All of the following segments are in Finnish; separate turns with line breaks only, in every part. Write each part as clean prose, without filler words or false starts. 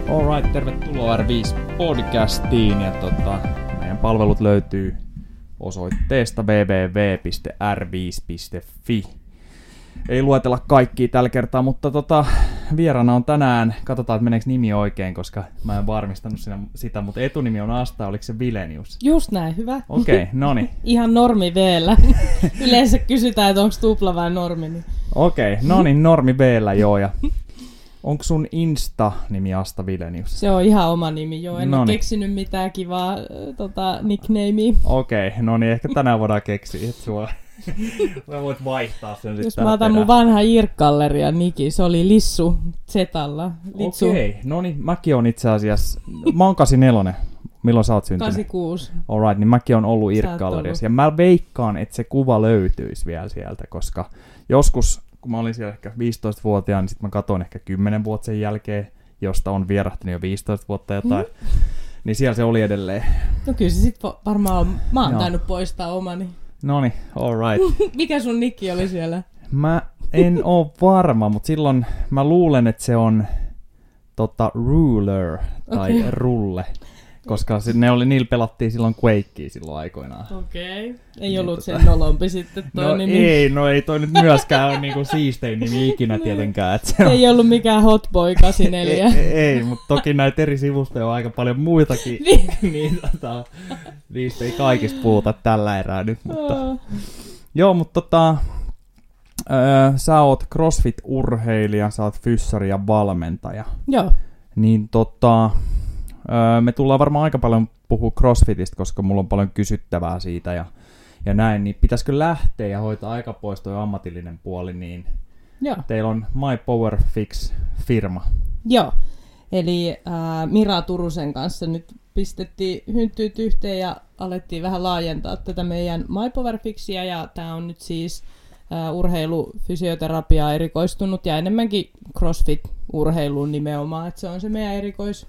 Alright, tervetuloa R5-podcastiin ja meidän palvelut löytyy osoitteesta www.r5.fi. Ei luetella kaikkia tällä kertaa, mutta vieraana on tänään, katsotaan, että meneekö nimi oikein, koska mä en varmistanut sitä, mutta etunimi on Asta, oliko se Vilenius?
Just näin, hyvä.
Okei, noni.
Ihan normi V:llä. Yleensä kysytään, että onko tupla vai normi. Niin.
Okei, noni, normi V:llä, joo. Ja onko sun Insta-nimi Asta Vilenius?
Se on ihan oma nimi, joo. En ole keksinyt mitään kivaa nicknamea.
Okei, no niin, ehkä tänään voidaan keksiä, että sua... Mä voit vaihtaa sen sitten.
Jos mä otan mun vanha IRC-gallerian niki, se oli Lissu Zetalla.
Okei, no niin, mäkin on itse asiassa, mä oon 84. Milloin sä oot syntynyt?
86.
Alright, niin mäkin on ollut IRC-galleriassa. Ja mä veikkaan, että se kuva löytyisi vielä sieltä, koska joskus, kun mä olin siellä ehkä 15-vuotiaan, niin sit mä katsoin ehkä 10 vuotta sen jälkeen, josta on vierahtanut jo 15 vuotta jotain. Niin siellä se oli edelleen.
No kyllä se sit varmaan on, mä oon tainnut poistaa omani.
Noniin, alright.
Mikä sun nikki oli siellä?
Mä en oo varma, mutta silloin mä luulen, että se on Ruler tai Rulle. Koska niillä pelattiin silloin Quakea silloin aikoinaan.
Okei. Ei ollut sen nolompi sitten toi nimi.
Ei toi nyt myöskään ole niinku siistein nimi ikinä tietenkään. Että se
ei ollut mikään Hotboy 84.
ei, mutta toki näitä eri sivustoja on aika paljon muitakin. niin niistä ei kaikista puhuta tällä erää nyt. Mutta. Joo, mutta sä oot CrossFit-urheilija, sä oot fyssari ja valmentaja.
Joo.
Niin me tullaan varmaan aika paljon puhua CrossFitista, koska mulla on paljon kysyttävää siitä ja näin, niin pitäisikö lähteä ja hoitaa aika pois toi ammatillinen puoli, niin
joo.
Teillä on My Power Fix-firma.
Joo, eli Mira Turusen kanssa nyt pistettiin hynttyyt yhteen ja alettiin vähän laajentaa tätä meidän My Power Fixia, ja tää on nyt siis urheilufysioterapiaa erikoistunut ja enemmänkin CrossFit-urheiluun nimenomaan, että se on se meidän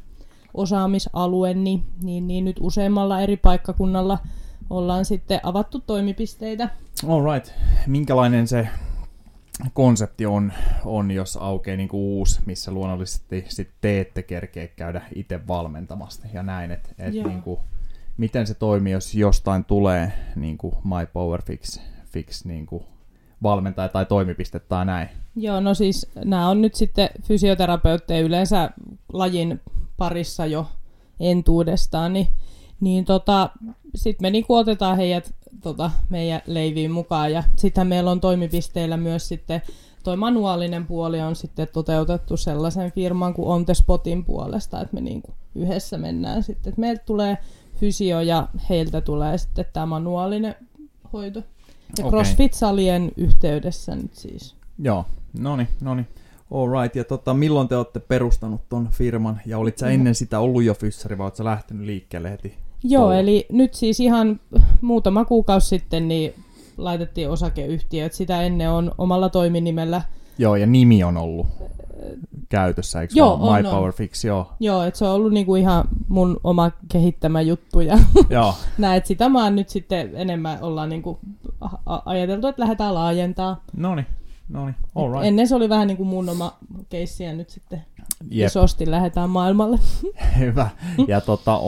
osaamisalue, niin nyt useammalla eri paikkakunnalla ollaan sitten avattu toimipisteitä.
Alright. Minkälainen se konsepti on jos aukeaa niinku uusi, missä luonnollisesti sit te ette kerkeä käydä itse valmentamasta ja näin, että niinku, miten se toimii, jos jostain tulee niinku My Power Fix niinku valmentaja tai toimipiste tai näin? Joo,
no siis nämä on nyt sitten fysioterapeutteja yleensä lajin parissa jo entuudestaan, niin sitten me niinku otetaan heidät meidän leiviin mukaan, ja sitten meillä on toimipisteillä myös sitten toi manuaalinen puoli on sitten toteutettu sellaisen firman kuin On The Spotin puolesta, että me niinku yhdessä mennään sitten, että meiltä tulee fysio ja heiltä tulee sitten tämä manuaalinen hoito. Ja CrossFit-salien yhteydessä nyt siis.
Joo, noni. Alright, ja milloin te olette perustanut ton firman, ja olit sä ennen sitä ollut jo fyssari, vai oot sä lähtenyt liikkeelle heti?
Joo, eli nyt siis ihan muutama kuukausi sitten niin laitettiin osakeyhtiö, että sitä ennen on omalla toiminimellä.
Joo, ja nimi on ollut käytössä, eikö
joo,
My Power Fix, joo.
Joo, että se on ollut niinku ihan mun oma kehittämä juttu, ja näet sitä mä oon nyt sitten enemmän ollaan niinku ajateltu, että lähdetään laajentaa.
Noniin, alright.
Ennen se oli vähän niin kuin mun oma keissi, ja nyt sitten isosti lähdetään maailmalle.
Hyvä. Ja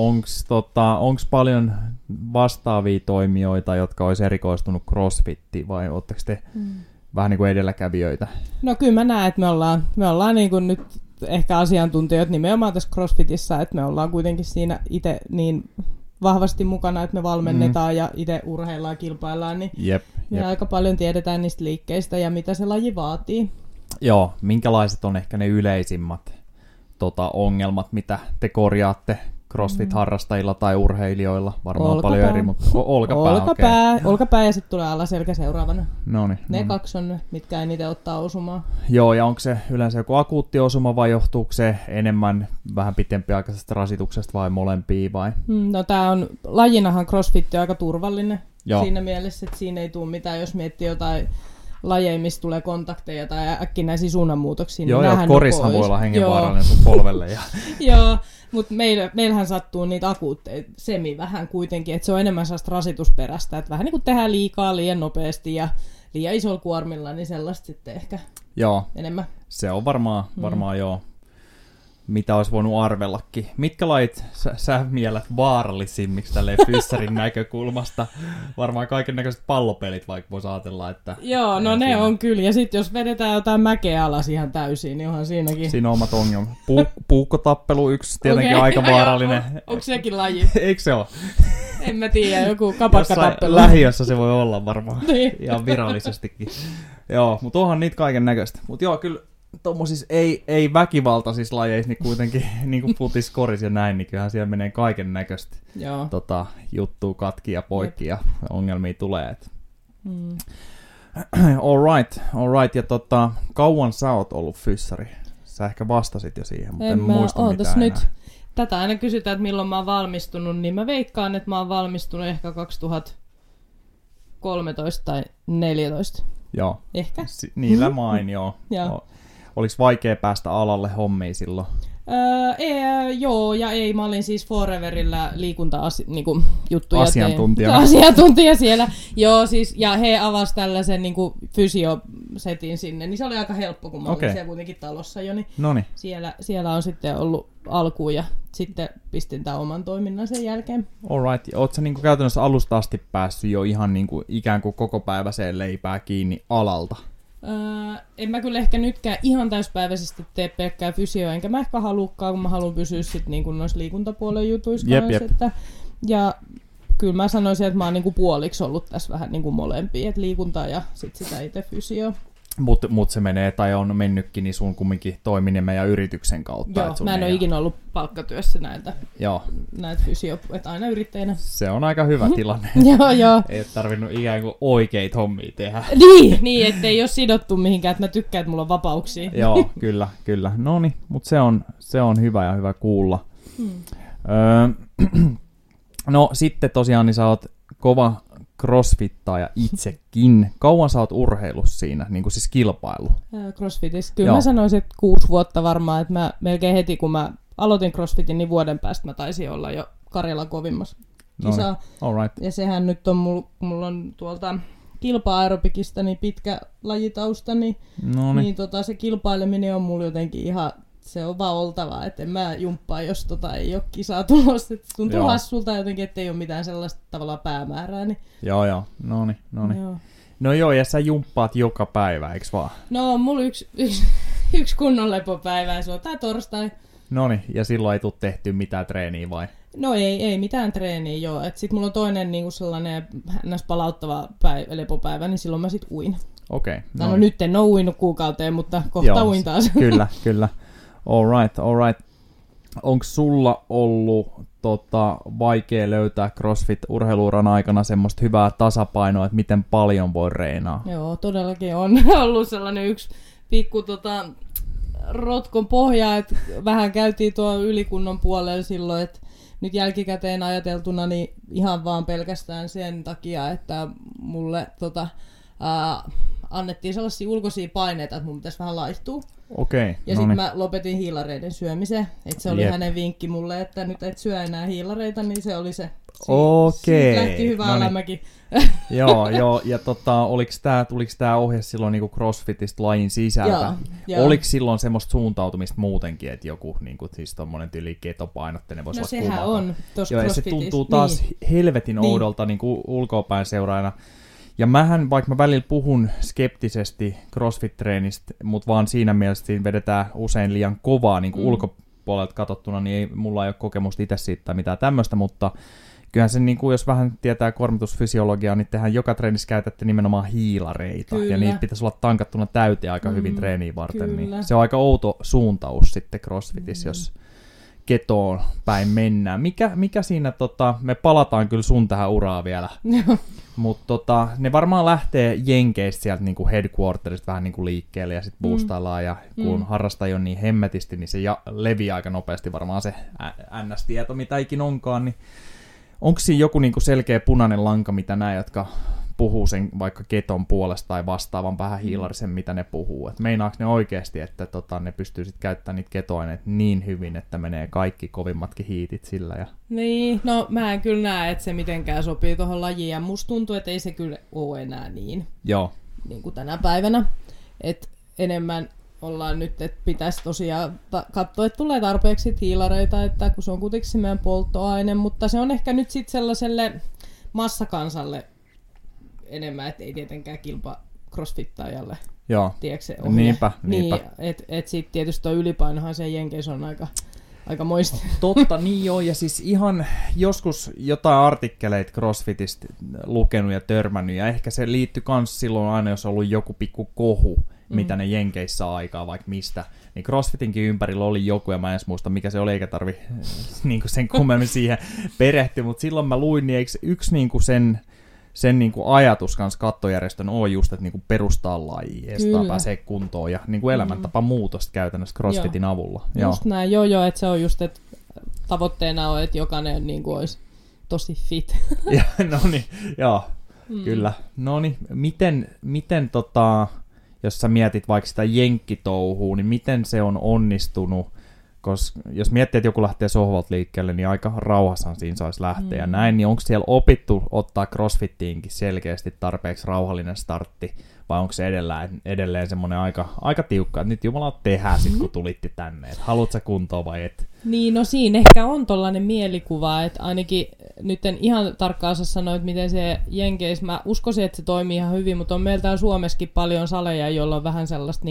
onks paljon vastaavia toimijoita, jotka olisi erikoistunut CrossFittiin, vai ootteko te vähän niin kuin edelläkävijöitä?
No kyllä mä näen, että me ollaan niin kuin nyt ehkä asiantuntijoita nimenomaan tässä CrossFitissa, että me ollaan kuitenkin siinä itse niin vahvasti mukana, että me valmennetaan ja itse urheillaan ja kilpaillaan, niin me aika paljon tiedetään niistä liikkeistä ja mitä se laji vaatii. Joo,
minkälaiset on ehkä ne yleisimmät ongelmat, mitä te CrossFit-harrastajilla tai urheilijoilla? Varmaan paljon eri, mutta
olkapää ja sitten tulee alaselkä seuraavana. Ne 2 on, mitkä eniten ottaa osumaa.
Joo, ja onko se yleensä joku akuutti osuma vai johtuuko se enemmän vähän pitempiaikaisesta rasituksesta vai molempia vai?
No tää on, lajinahan CrossFit on aika turvallinen siinä mielessä, että siinä ei tule mitään, jos miettii jotain lajeja, missä tulee kontakteja tai äkkinäisiä suunnanmuutoksia.
Joo, korissahan voi olla hengenvaarallinen sun polvelle.
Joo, mutta meillähän sattuu niitä akuutteja vähän kuitenkin, että se on enemmän sellaista rasitusperäistä, että vähän niin kuin tehdään liikaa liian nopeasti ja liian isolla kuormilla, niin sellaista sitten ehkä enemmän.
Se on varmaan joo. mitä olisi voinut arvellakin. Mitkä lajit sä mielät vaarallisimmiksi tälleen fyssarin näkökulmasta? Varmaan kaiken näköiset pallopelit, vaikka voisi ajatella, että...
Joo, no ne on kyllä. Ja sitten jos vedetään jotain mäkeä alas ihan täysin, niin onhan siinäkin...
Siinä on omat ongelmat. Puukkotappelu yksi, tietenkin aika vaarallinen.
Onko sekin laji?
Eikö se ole?
En mä tiedä, joku kapakkatappelu.
Lähiössä se voi olla varmaan.
Niin.
Ihan virallisestikin. Joo, mutta onhan niitä kaiken näköistä. Mutta joo, kyllä tuommoisissa ei väkivaltaisissa lajeissa, niin kuitenkin niin kuin futis, koris ja näin, niin kyllähän siellä menee kaiken näköistä juttua katki ja poikki ja ongelmia tulee. All right. Ja kauan sä oot ollut fyssari? Sä ehkä vastasit jo siihen, mutta en muista mitään
nyt. Tätä aina kysytään, että milloin mä oon valmistunut, niin mä veikkaan, että mä oon valmistunut ehkä 2013 tai 2014.
Joo.
Ehkä.
Niillä main, joo. Oliko vaikea päästä alalle hommiin silloin?
Joo, ja ei. Mä olin siis Foreverillä liikunta-juttuja.
Asiantuntija
siellä. Joo, siis, ja he avasivat tällaisen fysiosetin sinne, niin se oli aika helppo, kun mä olin siellä kuitenkin talossa jo. Niin siellä on sitten ollut alkuun, ja sitten pistin tämän oman toiminnan sen jälkeen.
Alright. Ootko sä käytännössä alusta asti päässyt jo ihan ikään kuin kokopäiväiseen leipää kiinni alalta?
En mä kyllä ehkä nytkään ihan täyspäiväisesti tee pelkkää fysioa, enkä mä ehkä halukaan, kun mä haluan pysyä sitten noissa liikuntapuolen jutuissa kanssa. Ja kyllä mä sanoisin, että mä oon puoliksi ollut tässä vähän molempia, että liikuntaa ja sitten sitä itse fysioa.
Mut se menee, tai on mennytkin, niin sun kumminkin toiminimen ja yrityksen kautta.
Joo, mä en ole ikinä ollut palkkatyössä näitä fysio, että aina yrittäjänä.
Se on aika hyvä tilanne.
Joo.
Ei ole tarvinnut ikään kuin oikeita hommia tehdä.
Niin, ettei ole sidottu mihinkään, että mä tykkään, että mulla on vapauksia.
Joo, kyllä. Noniin, mutta se on hyvä ja hyvä kuulla. No sitten tosiaan, niin sä oot kova crossfittaaja itsekin. Kauan sä oot urheillut siinä, niin kuin siis kilpailu?
Crossfitissa. Kyllä mä sanoisin, että 6 vuotta varmaan, että mä melkein heti kun mä aloitin crossfitin, niin vuoden päästä mä taisin olla jo Karjalan kovimmassa kisaa.
Alright.
Ja sehän nyt on, mulla on tuolta kilpa-aerobikista niin pitkä lajitausta, niin se kilpaileminen on mulla jotenkin ihan, se on vaan oltavaa, että en mä jumppaa, jos ei ole kisaa tulossa. Tuntuu hassulta jotenkin, ettei ole mitään sellaista tavallaan päämäärää. Niin...
Joo, noniin. No joo, ja sä jumppaat joka päivä, eiks vaan?
No, mulla yksi kunnon lepopäivä, ja se on tää torstai.
Noniin, ja silloin ei tule tehty mitään treeniä vai?
No ei mitään treeniä, joo. Sitten mulla on toinen sellainen palauttava lepopäivä, niin silloin mä sit uin.
Okei.
No nyt en ole uinut kuukauteen, mutta kohta uin taas.
Kyllä. All right. Onko sulla ollut vaikea löytää CrossFit-urheiluuran aikana semmoista hyvää tasapainoa, että miten paljon voi reenaa? Joo,
todellakin on ollut sellainen yksi pikku rotkon pohja, että vähän käytiin tuo ylikunnon puolella silloin, että nyt jälkikäteen ajateltuna niin ihan vaan pelkästään sen takia, että mulle annettiin sellaisia ulkoisia paineita, että mun pitäisi vähän laihtua.
Okei.
Ja sitten mä lopetin hiilareiden syömisen. Että se oli hänen vinkki mulle, että nyt et syö enää hiilareita, niin se oli se. Siitä lähti hyvä alamäki.
Joo. Ja tuliko tää ohje silloin niinku CrossFitista lajin sisältä? Joo. Oliko silloin semmoista suuntautumista muutenkin, että joku siis tommonen tyyli ketopainotteinen voisi olla
sehän
kuvaava?
On tuossa CrossFitissa.
Ja se tuntuu taas helvetin oudolta niinku ulkoapäin seuraajana. Ja vaikka mä välillä puhun skeptisesti CrossFit-treenistä, mutta vaan siinä mielessä siinä vedetään usein liian kovaa niin kuin ulkopuolelta katsottuna, niin mulla ei ole kokemusta itse siitä tai mitään tämmöistä, mutta kyllähän se, niin kuin, jos vähän tietää kuormitusfysiologiaa, niin tehän joka treenissä käytätte nimenomaan hiilareita, ja niitä pitäisi olla tankattuna täyteen aika hyvin treeniä varten, niin se on aika outo suuntaus sitten CrossFitissä, jos ketoon päin mennään. Mikä siinä, me palataan kyllä sun tähän uraan vielä, mutta ne varmaan lähtee Jenkeistä sieltä niin kuin headquarterista vähän niin kuin liikkeelle ja sitten boostaillaan ja kun harrastajia on niin hemmetisti, niin se leviää aika nopeasti varmaan se NS-tieto, mitä ikin onkaan, niin onko siinä joku niin kuin selkeä punainen lanka, mitä nämä, jotka puhuu sen vaikka keton puolesta tai vastaavan vähän hiilarisen, mitä ne puhuu. Et meinaako ne oikeasti, että ne pystyy sitten käyttämään niitä ketoaineita niin hyvin, että menee kaikki kovimmatkin hiitit sillä? Ja... Niin,
no mä en kyllä näe, että se mitenkään sopii tuohon lajiin, ja musta tuntuu, että ei se kyllä ole enää niin,
Joo.
niin kuin tänä päivänä. Et enemmän ollaan nyt, että pitäisi tosiaan katsoa, että tulee tarpeeksi hiilareita, että kun se on kuitenkin se meidän polttoaine, mutta se on ehkä nyt sitten sellaiselle massakansalle enemmän, että ei tietenkään kilpa crossfittaajalle.
Joo,
tiedätkö se ohje.
niinpä.
Niin, että sitten tietysti tuo ylipainohan se Jenkeissä on aika moista.
Totta, niin joo, ja siis ihan joskus jotain artikkeleita CrossFitistä lukenut ja törmännyt, ja ehkä se liittyi myös silloin aina, jos on ollut joku pikku kohu, mitä ne Jenkeissä saa aikaa, vaikka mistä, niin CrossFitinkin ympärillä oli joku, ja mä en edes muista, mikä se oli, eikä tarvi niin sen kummemmin siihen perehtyä, mutta silloin mä luin, niin eikö yksi niin sen niin kuin ajatus kanssa kattojärjestön on just, että niin kuin perustaa lajia, ja pääsee kuntoon, ja niin kuin elämäntapa muutosta käytännössä CrossFitin avulla.
Just näin, joo, että se on just, että tavoitteena on, että jokainen niin kuin olisi tosi fit.
No niin, joo, kyllä. No niin, miten jos sä mietit vaikka sitä jenkkitouhua, niin miten se on onnistunut? Koska jos miettii, että joku lähtee sohvalta liikkeelle, niin aika rauhassahan siinä saisi lähteä ja näin, niin onko siellä opittu ottaa CrossFittiinkin selkeästi tarpeeksi rauhallinen startti, vai onko se edelleen semmoinen aika tiukka, että nyt jumala tehdään sit, kun tulitti tänne, että haluatko sä kuntoa vai et?
Niin, no siinä ehkä on tollainen mielikuva, että ainakin nyt en ihan tarkkaan osaa sanoa, että miten se Jenkeissä, mä uskoisin, että se toimii ihan hyvin, mutta on meillä täällä Suomessakin paljon saleja, joilla on vähän sellaista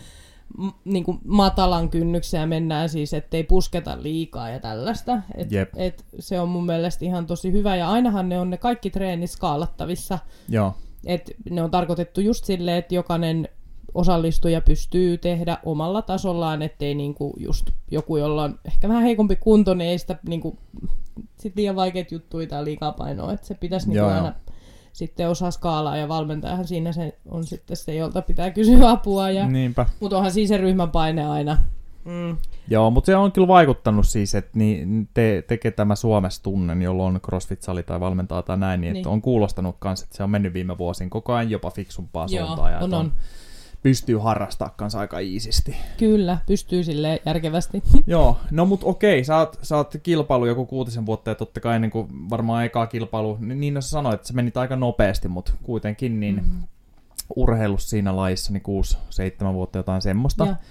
niinku matalan kynnyksen mennään siis, ettei pusketa liikaa ja tällaista. Et se on mun mielestä ihan tosi hyvä. Ja ainahan ne on ne kaikki treenit skaalattavissa.
Joo.
Et ne on tarkoitettu just silleen, että jokainen osallistuja pystyy tehdä omalla tasollaan, ettei niinku just joku, jolla on ehkä vähän heikompi kunto, niin ei sitä niinku, sit liian vaikeita juttuja tai liikaa painoa. Et se pitäisi niinku aina sitten osaa skaalaa, ja valmentajahan siinä se on sitten se, jolta pitää kysyä apua.
Niinpä.
Mutta onhan siis se ryhmän paine aina.
Joo, mutta se on kyllä vaikuttanut siis, että tekee tämä Suomessa tunnen, jolloin on CrossFit-sali tai valmentaa tai näin, niin. Että on kuulostanut myös, että se on mennyt viime vuosiin koko ajan jopa fiksumpaa suuntaan. Ja on. Pystyy harrastamaan kanssa aika iisisti.
Kyllä, pystyy silleen järkevästi.
Joo, no mut okei, sä oot kilpailu joku 6 vuotta, ja totta kai niin kuin varmaan ekaa kilpailu, niin sä sanoit, että se meni aika nopeasti, mutta kuitenkin niin urheilussa siinä lajissa niin 6-7 vuotta jotain semmoista. Ja.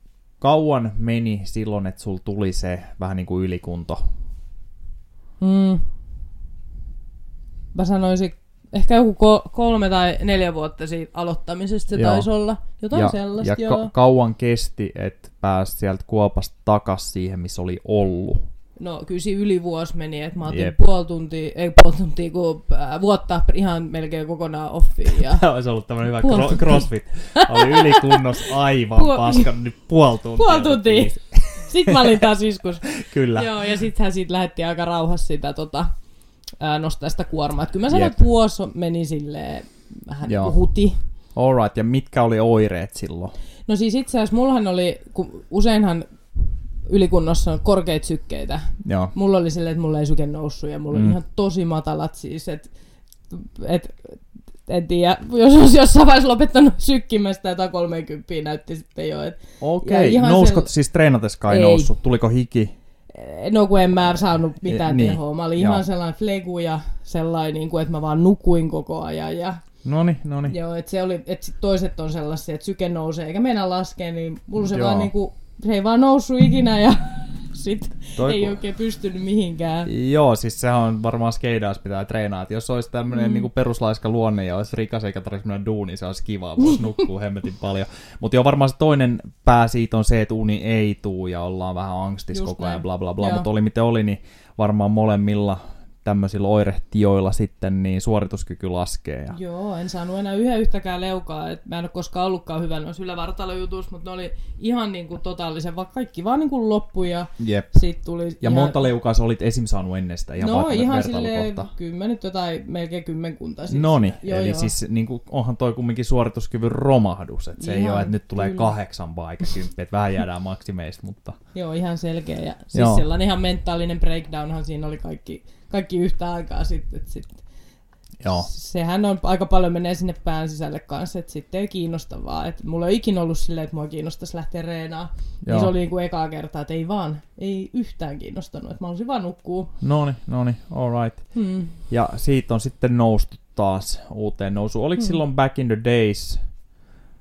Kauan meni silloin, että sulla tuli se vähän niin kuin ylikunto?
Mä sanoisin, ehkä joku 3 tai 4 vuotta siitä aloittamisesta se taisi olla. Jotain sellaista,
ja kauan kesti, että pääsi sieltä kuopasta takas siihen, missä oli ollut?
No kyllä siinä yli vuosi meni, että mä otin puoli tuntia, kun vuotta ihan melkein kokonaan offiin. Ja
olisi ollut tämmöinen hyvä CrossFit. Oli ylikunnos aivan paskan, nyt puoli tuntia.
Sitten mä olin taas iskus.
Kyllä.
Joo, ja sittenhän siitä lähdettiin aika rauhassa sitä nostaa sitä kuormaa. Että kyllä mä sanoin, että vuosi meni silleen vähän niin kuin huti.
Alright, ja mitkä oli oireet silloin?
No siis itse asiassa mullahan oli, kun useinhan ylikunnossa on korkeita sykkeitä.
Joo.
Mulla oli silleen, että mulla ei syke noussut ja mulla oli ihan tosi matalat siis, että en tiedä, jos olisi jossain vaiheessa lopettanut sykkimästä, tai 30 näytti sitten jo.
Okei, nousko siis treenateskaan ei noussut? Tuliko hiki?
No kun en mä saanut mitään tehoa. Mä olin ihan sellainen flegu ja sellainen, että mä vaan nukuin koko ajan. Ja
Noniin.
Joo, että se oli, että sit toiset on sellaisia, että syke nousee eikä meinaa laskea, niin mulla se vaan niinku, se ei vaan noussut ikinä ja sit ei oikein pystynyt mihinkään.
Joo, siis sehän on varmaan skeidaus pitää treenaa, että jos olisi tämmöinen niinku peruslaiska luonne ja olisi rikas eikä tarvitsisi mennä duuniin, se olisi kivaa, voisi nukkua hemmetin paljon. Mutta joo, varmaan se toinen pää siitä on se, että uni ei tuu ja ollaan vähän angstis koko ajan, bla bla bla, mutta oli miten oli, niin varmaan molemmilla tämmöisillä oirehtioilla sitten niin suorituskyky laskee. Ja
joo, en saanut enää yhtäkään leukaa, että mä en ole koskaan ollutkaan hyvä noissa ylävartalojutuissa, mutta ne oli ihan niinku totaalisen, vaikka kaikki vaan niinku loppui ja sit tuli.
Ja monta leukaa sä olit esim. Saanut ennen sitä?
No ihan silleen 10 tai melkein 10. Siis.
Noniin, eli siis niinku, onhan toi kumminkin suorituskyvyn romahdus, että se ihan, ei ole, että nyt tulee 8 vai 10, että vähän jäädään maksimeista, mutta
joo, ihan selkeä ja siis sellainen ihan mentaalinen breakdownhan siinä oli kaikki yhtä aikaa sitten. Sehän on aika paljon menee sinne pään sisälle kanssa, että sitten ei kiinnosta vaan. Et mulla ei ikinä ollut silleen, että mua kiinnostaisi lähteä reenaamaan. Niin se oli niin kuin ekaa kertaa, että ei yhtään kiinnostanut, että mä halusin vaan nukkua.
Noniin, alright. Ja siitä on sitten noustu taas uuteen nousuun. Oliko silloin back in the days,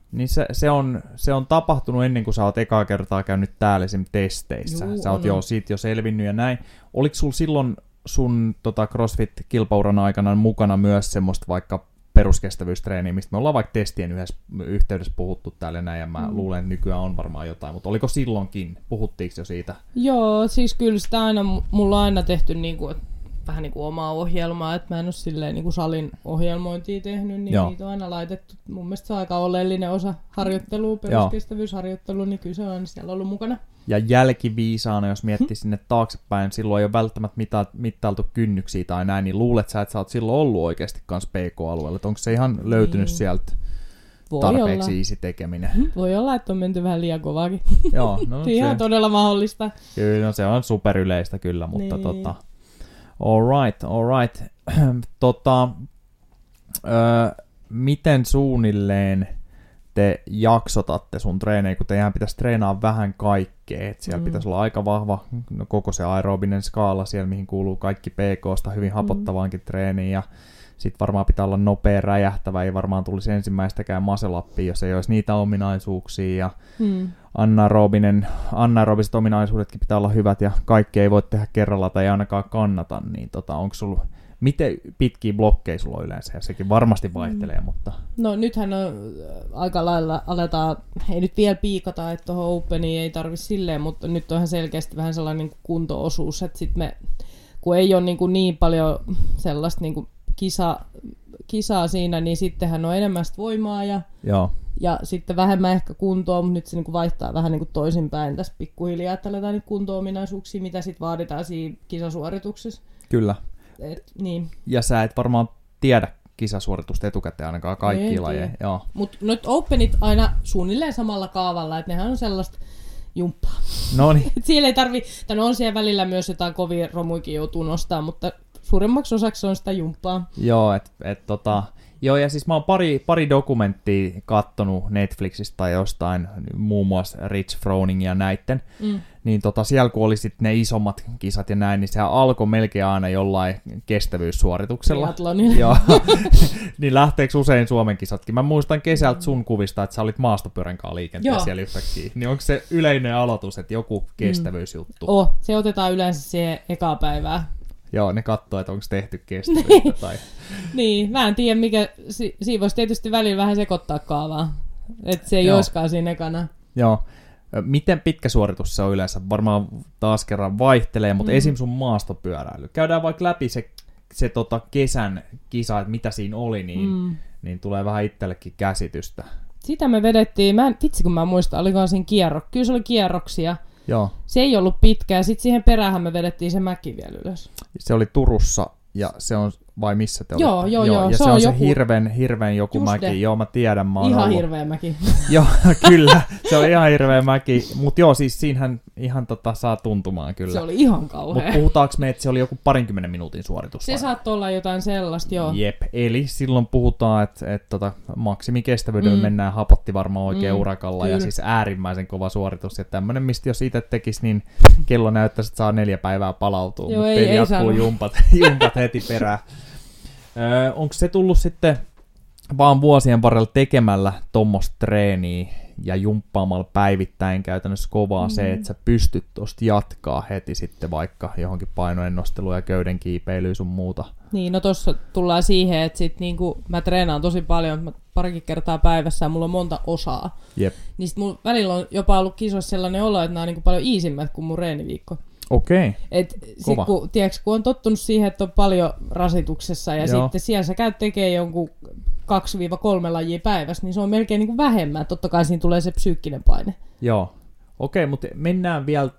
Niin se on tapahtunut ennen kuin sä oot ekaa kertaa käynyt täällä esimerkiksi testeissä. Sä oot siitä jo selvinnyt ja näin. Oliko sulla silloin sun CrossFit-kilpauran aikana mukana myös semmoista vaikka peruskestävyystreeniä, mistä me ollaan vaikka testien yhteydessä puhuttu täällä näin, ja mä luulen, että nykyään on varmaan jotain, mutta oliko silloinkin? Puhuttiinko jo siitä?
Joo, siis kyllä sitä mulla on aina tehty niinku, vähän niin kuin omaa ohjelmaa, että mä en ole silleen niin kuin salin ohjelmointia tehnyt, niin niitä on aina laitettu. Mun mielestä se on aika oleellinen osa harjoittelua, peruskestävyysharjoittelua, niin kyllä se on aina siellä ollut mukana.
Ja jälkiviisaana, jos miettii sinne taaksepäin, silloin ei ole välttämättä mittailtu kynnyksiä tai näin, niin luulet sä, että sä oot silloin ollut oikeasti kans PK-alueella? Onko se ihan löytynyt sieltä tarpeeksi easy tekeminen?
Voi olla, että on menty vähän liian kovaakin.
Joo, no,
se ihan todella mahdollista.
Kyllä, no, se on superyleistä kyllä, mutta all right. Miten suunnilleen te jaksotatte sun treenejä, kun teidän pitäisi treenaa vähän kaikkea, että siellä pitäisi olla aika vahva koko se aerobinen skaala siellä, mihin kuuluu kaikki PK:sta hyvin hapottavaankin treeniin, ja sitten varmaan pitää olla nopea räjähtävä, ei varmaan tulisi ensimmäistäkään muscle-upia, jos ei olisi niitä ominaisuuksia, ja anaerobiset ominaisuudetkin pitää olla hyvät, ja kaikki ei voi tehdä kerralla tai ei ainakaan kannata, niin onko sulla, miten pitkiä blokkeja sulla on yleensä, ja sekin varmasti vaihtelee, mutta... No
nythän on aika lailla, aletaan, ei nyt vielä piikata, että tuohon Openiin ei tarvitse silleen, mutta nyt on ihan selkeästi vähän sellainen niin kunto-osuus, että sitten me, kun ei ole niin paljon sellaista niin kisaa siinä, niin sittenhän on enemmän voimaa ja sitten vähemmän ehkä kuntoa, mutta nyt se niin vaihtaa vähän niin toisinpäin tässä pikkuhiljaa, että aletaan niitä kunto-ominaisuuksia, mitä sitten vaaditaan siinä kisasuorituksessa.
Kyllä.
Niin.
Ja sä et varmaan tiedä kisasuoritusta etukäteen ainakaan kaikki lajeja.
Mutta nyt Openit aina suunnilleen samalla kaavalla, että nehän on sellaista jumppaa.
Noniin.
Siellä ei on siellä välillä myös jotain kovia romuikin joutuu nostaa, mutta suurimmaksi osaksi on sitä jumppaa.
Joo, ja siis mä oon pari dokumenttia kattonut Netflixistä tai jostain, muun muassa Rich Froning ja näitten, niin siellä kun oli sitten ne isommat kisat ja näin, niin sehän alkoi melkein aina jollain kestävyyssuorituksella.
Triathlonilla.
Joo, niin lähteekö usein Suomen kisatkin? Mä muistan kesältä sun kuvista, että sä olit maastopyörän kanssa liikenteessä siellä yhtäkkiä. Niin onko se yleinen aloitus, että joku kestävyysjuttu?
Se otetaan yleensä siihen ekaa päivää.
Joo, ne katsoo, että onko tehty kestävyyttä tai...
Niin, mä en tiedä mikä... Siinä voisi tietysti välillä vähän sekoittaa kaavaa. Että se ei olisikaan siinä ekana.
Joo. Miten pitkä suoritus se on yleensä? Varmaan taas kerran vaihtelee, mutta esim. Sun maastopyöräily. Käydään vaikka läpi se kesän kisa, että mitä siinä oli, niin tulee vähän itsellekin käsitystä.
Sitä me vedettiin, vitsi kun mä muistan, olikohan siinä kyllä se oli kierroksia.
Joo.
Se ei ollut pitkää, sitten siihen perään me vedettiin se mäki vielä ylös.
Se oli Turussa, ja se on, vai missä te olitte?
Joo.
Ja se on joku... se hirveän joku mäki. Joo, mä tiedän, mä oon
ihan
ollut.
Hirveä mäki.
Joo, kyllä, se on ihan hirveä mäki. Mutta joo, siis siinähän ihan saa tuntumaan kyllä.
Se oli ihan kauhea.
Mutta puhutaanko me, että se oli joku 20 minuutin suoritus?
Se saattoi olla jotain sellaista, joo.
Jep, eli silloin puhutaan, että maksimikestävyydellä mennään hapotti varmaan oikein urakalla, kyllä. Ja siis äärimmäisen kova suoritus. Ja tämmöinen, mistä jos itse tekisi, niin kello näyttäisi, että saa 4 päivää palautua,
joo,
mutta ei jatkuu jumpat heti perään. Onko se tullut sitten vaan vuosien varrella tekemällä tuommoista treeniä ja jumppaamalla päivittäin käytännössä kovaa se, että sä pystyt tosta jatkaa heti sitten vaikka johonkin painojen nosteluun ja köyden kiipeilyyn sun muuta?
Niin, no tossa tullaan siihen, että sit niinku mä treenaan tosi paljon, parikin kertaa päivässä ja mulla on monta osaa.
Jep.
Niin sit mulla välillä on jopa ollut kisoissa sellainen olo, että nämä on niinku paljon easimmät kuin mun reeniviikko.
Okei,
kova. Kun on tottunut siihen, että on paljon rasituksessa ja sitten siellä sä käyt tekemään jonkun 2-3 lajia päivässä, niin se on melkein niin kuin vähemmän. Totta kai siinä tulee se psyykkinen paine.
Joo. Okei, mutta mennään vielä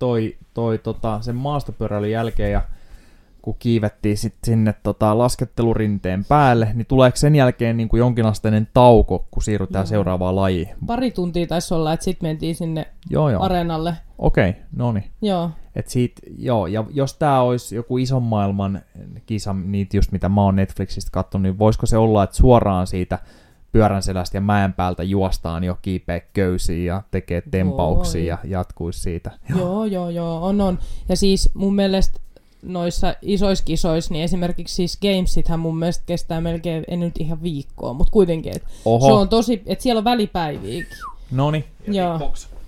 sen maastopyöräilyn jälkeen ja kun kiivettiin sitten sinne laskettelurinteen päälle, niin tuleeko sen jälkeen niin kuin jonkinasteinen tauko, kun siirrytään seuraavaan lajiin?
Pari tuntia taisi olla, että sitten mentiin sinne areenalle.
Okei, no niin.
Joo.
Ja jos tämä olisi joku ison maailman kisa, niitä just mitä mä oon Netflixistä katsonut, niin voisiko se olla, että suoraan siitä pyörän selästä ja mäen päältä juostaan jo kiipeä köysiin ja tekee tempauksia ja jatkuisi siitä?
Joo, on. Ja siis mun mielestä noissa isoissa kisoissa, niin esimerkiksi siis Gamesithän mun mielestä kestää melkein, en nyt ihan viikkoa, mutta kuitenkin, että se on tosi, että siellä on välipäiviäkin.
Noniin, ja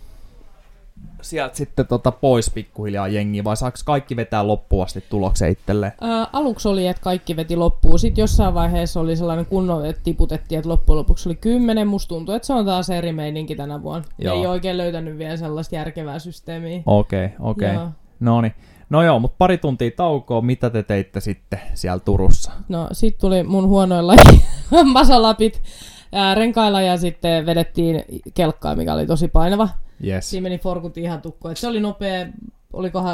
sieltä sitten pois pikkuhiljaa jengiä, vai saako kaikki vetää loppuun asti tuloksen itselleen?
Aluksi oli, että kaikki veti loppuun. Sitten jossain vaiheessa oli sellainen kunnon, että tiputettiin, että loppujen lopuksi oli 10. Musta tuntuu, että se on taas eri meininki tänä vuonna. Ei oikein löytänyt vielä sellaista järkevää systeemiä.
Okei. Noniin. No joo, mutta pari tuntia taukoa. Mitä te teitte sitten siellä Turussa?
No sit tuli mun huonoilla masalapit renkailla ja sitten vedettiin kelkkaa, mikä oli tosi painava.
Yes.
Siinä meni forkut ihan tukkoon. Se oli nopea, olikohan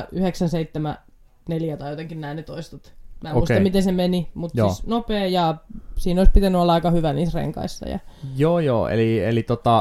974 tai jotenkin näin ne toistot. Mä en muista miten se meni, mutta siis nopea ja siinä olisi pitänyt olla aika hyvä niissä renkaissa. Ja...
Joo, eli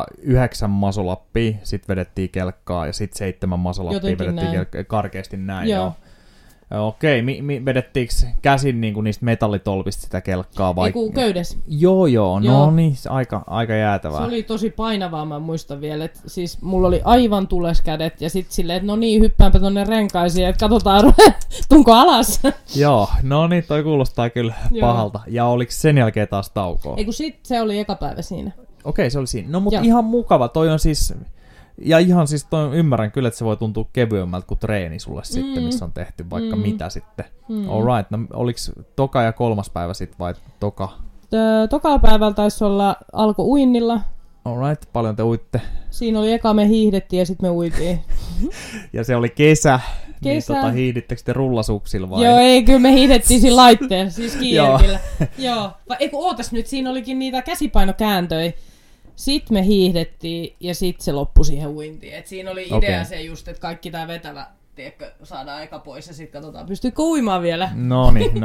9 masolappia, sit vedettiin kelkkaa ja sit 7 masolappia vedettiin karkeasti näin. Joo. Okei, vedettiinkö käsin niinku niistä metallitolpista sitä kelkkaa vai?
Ei köydes.
Joo, no niin, aika jäätävää.
Se oli tosi painavaa, mä muistan vielä, että siis mulla oli aivan tuleskädet ja sit silleen, että no niin, hyppäänpä tonne renkaisiin, että katsotaan, tunko alas.
Joo, no niin, toi kuulostaa kyllä pahalta. Ja oliko sen jälkeen taas taukoa?
Ei kun sit se oli eka päivä siinä.
Okei, se oli siinä. No mutta ihan mukava, toi on siis... Ja ihan siis ymmärrän kyllä, että se voi tuntua kevyemmältä kuin treeni sulle sitten, missä on tehty vaikka mitä sitten. Alright, no oliks toka ja 3. päivä sitten vai toka?
Toka päivällä taisi olla alko uinnilla.
Alright, paljon te uitte?
Siinä oli eka me hiihdettiin ja sitten me uitiin.
Ja se oli kesä. Niin hiihdittekö te rullasuksilla vai?
Joo, ei, kyllä me hiihdettiin siinä laitteella, siis kierkillä. Joo. Eiku ootas nyt, siinä olikin niitä käsipainokääntöjä. Sitten me hiihdettiin ja sitten se loppui siihen uintiin. Et siinä oli idea se just, että kaikki tää vetävä, tiedätkö, saadaan eka pois ja sitten katsotaan, pystyykö uimaan vielä.
Noniin.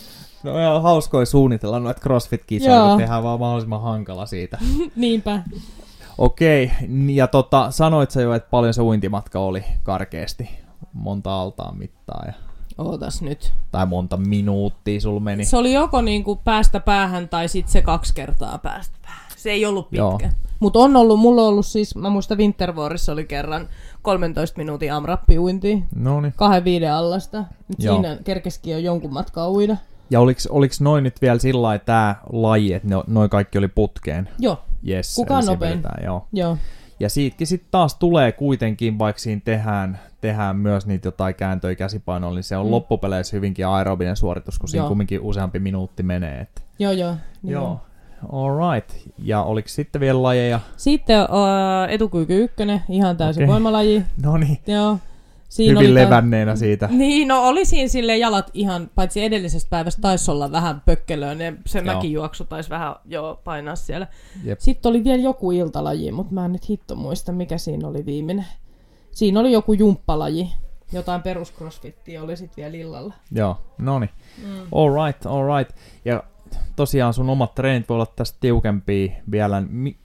No on hauskoja suunnitella noita CrossFit-kisoja, kun tehdään vaan mahdollisimman hankala siitä.
Niinpä.
Okei, ja sanoit sä jo, että paljon se uintimatka oli karkeasti. Monta altaan mittaa ja...
Ootas nyt.
Tai monta minuuttia sul meni.
Se oli joko niinku päästä päähän tai sitten se 2 kertaa päästä päähän. Se ei ollut pitkä. Mutta mulla on ollut siis, mä muistan Winterwarissa oli kerran 13 minuutin AMRAP-uintia.
Noniin.
2-5 allasta. Nyt siinä kerkeskin jo jonkun matkaa uida.
Ja oliks noin nyt vielä sillä lailla tää laji, että noin kaikki oli putkeen?
Joo.
Yes,
kukaan nopein.
Joo. Ja siitäkin sitten taas tulee kuitenkin, vaikka siinä tehdään myös niitä jotain kääntöjä käsipainoilla, niin se on loppupeleissä hyvinkin aerobinen suoritus, kun siinä kumminkin useampi minuutti menee. Että... Joo. Alright. Ja oliko sitten vielä lajeja?
Sitten etukyyky 1, ihan täysin voimalaji.
Noniin.
Joo.
Siinä hyvin levänneenä siitä.
Niin, no oli siinä silleen jalat ihan, paitsi edellisestä päivästä taisi olla vähän pökkelöön, ja se mäkijuoksu taisi vähän painaa siellä. Jep. Sitten oli vielä joku iltalaji, mutta mä en nyt hitto muista, mikä siinä oli viimeinen. Siinä oli joku jumppalaji, jotain peruscrossfittiä oli sitten vielä illalla.
Joo, noniin. Alright. Ja tosiaan sun omat treenit voi olla tästä tiukempia vielä.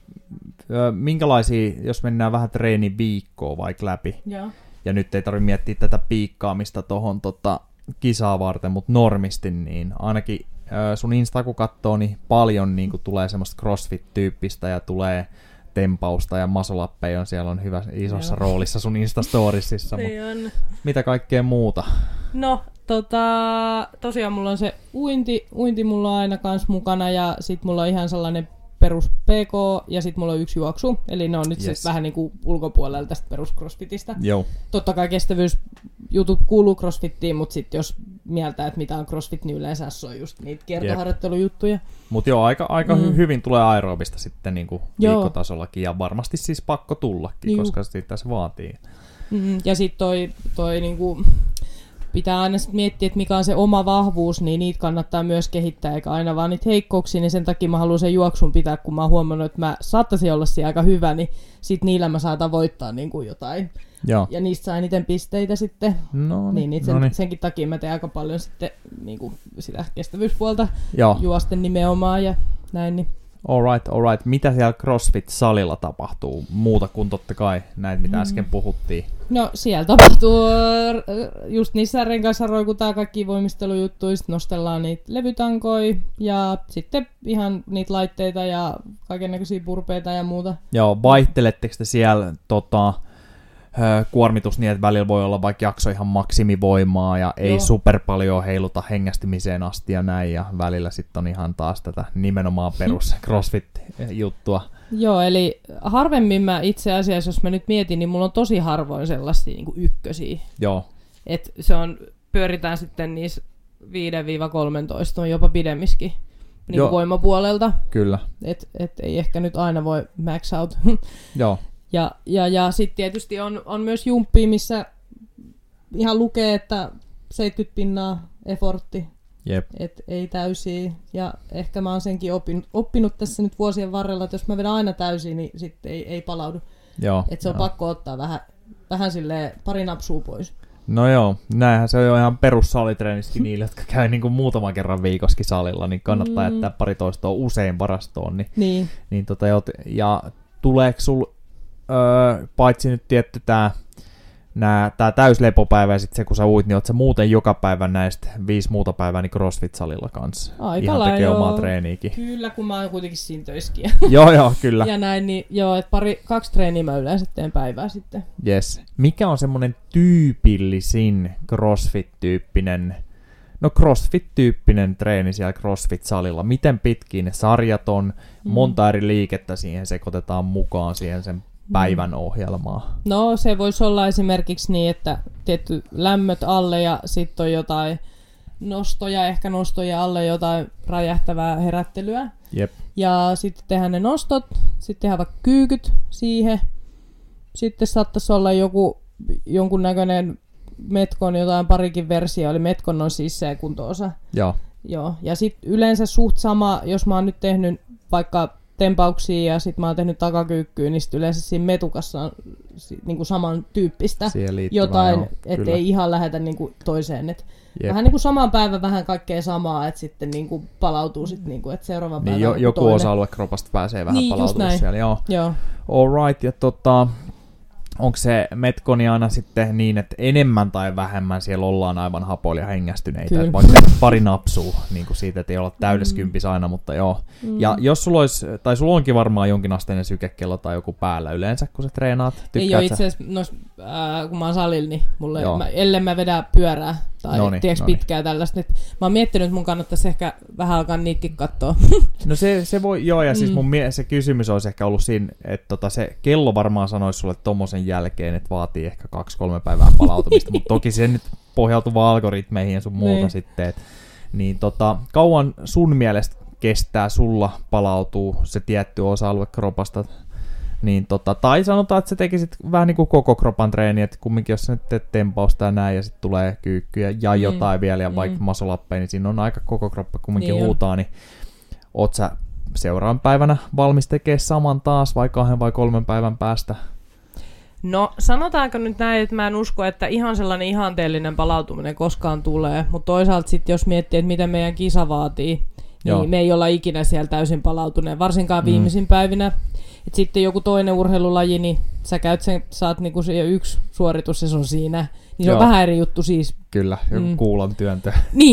Minkälaisia, jos mennään vähän treeniviikkoa vaikka läpi?
Joo.
Ja nyt ei tarvitse miettiä tätä piikkaamista tuohon kisaa varten, mutta normisti, niin ainakin sun Insta kun katsoo, niin paljon niin tulee semmoista CrossFit-tyyppistä ja tulee tempausta ja masolappeja on siellä on hyvä isossa roolissa sun Insta-storiesissa. Mitä kaikkea muuta? No,
tosiaan mulla on se uinti mulla on aina kans mukana ja sit mulla on ihan sellainen perus PK ja sit mulla on 1 juoksu, eli ne on nyt siis vähän niinku ulkopuolella tästä perus CrossFitistä.
Joo.
Totta kai kestävyysjutut kuuluu CrossFittiin, mutta sit jos mieltää, että mitä on CrossFit, niin yleensä se on just niitä kiertoharjoittelujuttuja. Mutta
joo, aika hyvin tulee aerobista sitten niinku viikkotasollakin ja varmasti siis pakko tullakin, koska sitä se vaatii.
Ja sit toi niinku... Pitää aina sit miettiä, että mikä on se oma vahvuus, niin niitä kannattaa myös kehittää, eikä aina vaan niitä heikkouksia, niin sen takia mä haluan sen juoksun pitää, kun mä oon huomannut, että mä saattaisin olla siellä aika hyvä, niin sit niillä mä saatan voittaa niin kuin jotain.
Joo.
Ja niistä saa eniten pisteitä sitten. Senkin takia mä teen aika paljon sitten niin kuin sitä kestävyyspuolta juosten nimenomaan ja näin. Niin.
Alright. Mitä siellä CrossFit-salilla tapahtuu? Muuta kuin totta kai näitä, mitä äsken puhuttiin.
No siellä tapahtuu just niissä renkaissa roikutaan kaikki voimistelujuttuja, sitten nostellaan niitä levytankoja ja sitten ihan niitä laitteita ja kaikennäköisiä purpeita ja muuta.
Joo, vaihteletteko te siellä kuormitus niin, että välillä voi olla vaikka jakso ihan maksimivoimaa ja ei super paljon heiluta hengästymiseen asti ja näin, ja välillä sitten on ihan taas tätä nimenomaan perus CrossFit-juttua.
Joo, eli harvemmin mä itse asiassa, jos mä nyt mietin, niin mulla on tosi harvoin sellaisia niin kuin ykkösiä.
Joo.
Et se on, pyöritään sitten niissä 5-13, on jopa pidemmiskin niin kuin voimapuolelta.
Kyllä.
Et ei ehkä nyt aina voi max out.
Joo.
Ja sitten tietysti on myös jumppia, missä ihan lukee, että 70% effortti.
Jep.
Et ei täysiä. Ja ehkä mä oon senkin oppinut tässä nyt vuosien varrella, että jos mä vedän aina täysiä, niin sitten ei palaudu.
Joo.
Että se on pakko ottaa vähän silleen pari napsua pois.
No joo, näinhän se on jo ihan perussalitreenistäkin niille, jotka käy niin kuin muutaman kerran viikoskin salilla, niin kannattaa jättää pari toistoa usein varastoon. Niin. Ja tuleeko sul, paitsi nyt tietty tää täyslepopäivä ja sitten se, kun sä uit, niin oot sä muuten joka päivä näistä 5 muuta päivää niin CrossFit-salilla kanssa?
Aika
ihan tekee omaa treeniikin.
Kyllä, kun mä oon kuitenkin siinä töissäkin.
Joo, kyllä.
Ja näin, niin joo, että 2 treeniä mä yleensä teen päivää sitten.
Yes. Mikä on semmonen tyypillisin CrossFit-tyyppinen treeni siellä CrossFit-salilla? Miten pitkiä ne sarjat on? Monta eri liikettä siihen sekoitetaan mukaan siihen sen päivän ohjelmaa? No
se voisi olla esimerkiksi niin, että tietty lämmöt alle ja sitten on jotain nostoja alle, jotain räjähtävää herättelyä.
Jep.
Ja sitten tehdään ne nostot, sitten tehdään vaikka kyykyt siihen. Sitten saattaisi olla jonkun-näköinen Metkon jotain parikin versio, eli Metkon on siis se kunto-osa. Joo. Ja sitten yleensä suht sama, jos mä oon nyt tehnyt vaikka tempauksia ja sitten mä oon tehnyt takakyykkyä, niin sitten yleensä siinä metukassa on niinku samantyyppistä jotain, ettei ihan lähetä niinku toiseen. Et vähän niinku saman päivän vähän kaikkea samaa, että sitten niinku palautuu sitten, niinku, että seuraavan päivän
niin, joku toinen osa-alue kropasta pääsee vähän palautumaan siellä.
Joo.
All right, ja onko se Metkoni aina sitten niin, että enemmän tai vähemmän siellä ollaan aivan hapoilla ja hengästyneitä, että vaikka pari napsua niin kuin siitä, että ei olla täydeskympis aina, mutta joo. Ja jos sulla olisi, tai sulla onkin varmaan jonkinasteinen sykekello tai joku päällä yleensä, kun sä treenaat,
ei ole itse asiassa, kun mä oon salilla, niin ellen mä vedä pyörää tai pitkää tällaista. Mä oon miettinyt, että mun kannattaisi ehkä vähän alkaa niitkin katsoa.
No se voi, joo, ja siis mun se kysymys olisi ehkä ollut siinä, että se kello varmaan sanoisi sulle tommosen jälkeen, että vaatii ehkä 2-3 päivää palautumista, mutta toki se nyt pohjautuu vaan algoritmeihin ja sun muuta sitten. Niin kauan sun mielestä kestää sulla palautuu se tietty osa-alue kropasta? Niin tai sanotaan, että sä tekisit vähän niin kuin koko kropan treeni, että kumminkin jos sä nyt teet tempausta ja näin, ja sitten tulee kyykkyjä ja jotain vielä, ja vaikka masolappeja, niin siinä on aika koko kroppa kumminkin huutaa, niin oot sä seuraavan päivänä valmis tekemään saman taas, vai 2 vai 3 päivän päästä?
No sanotaanko nyt näin, että mä en usko, että ihan sellainen ihanteellinen palautuminen koskaan tulee, mutta toisaalta sitten jos miettii, että mitä meidän kisa vaatii, niin me ei olla ikinä siellä täysin palautuneen, varsinkaan viimeisin päivinä. Et sitten joku toinen urheilulaji, niin sä saat niinku se yksi suoritus ja se on siinä. Niin se on vähän eri juttu siis.
Kyllä, joku kuulan työntö.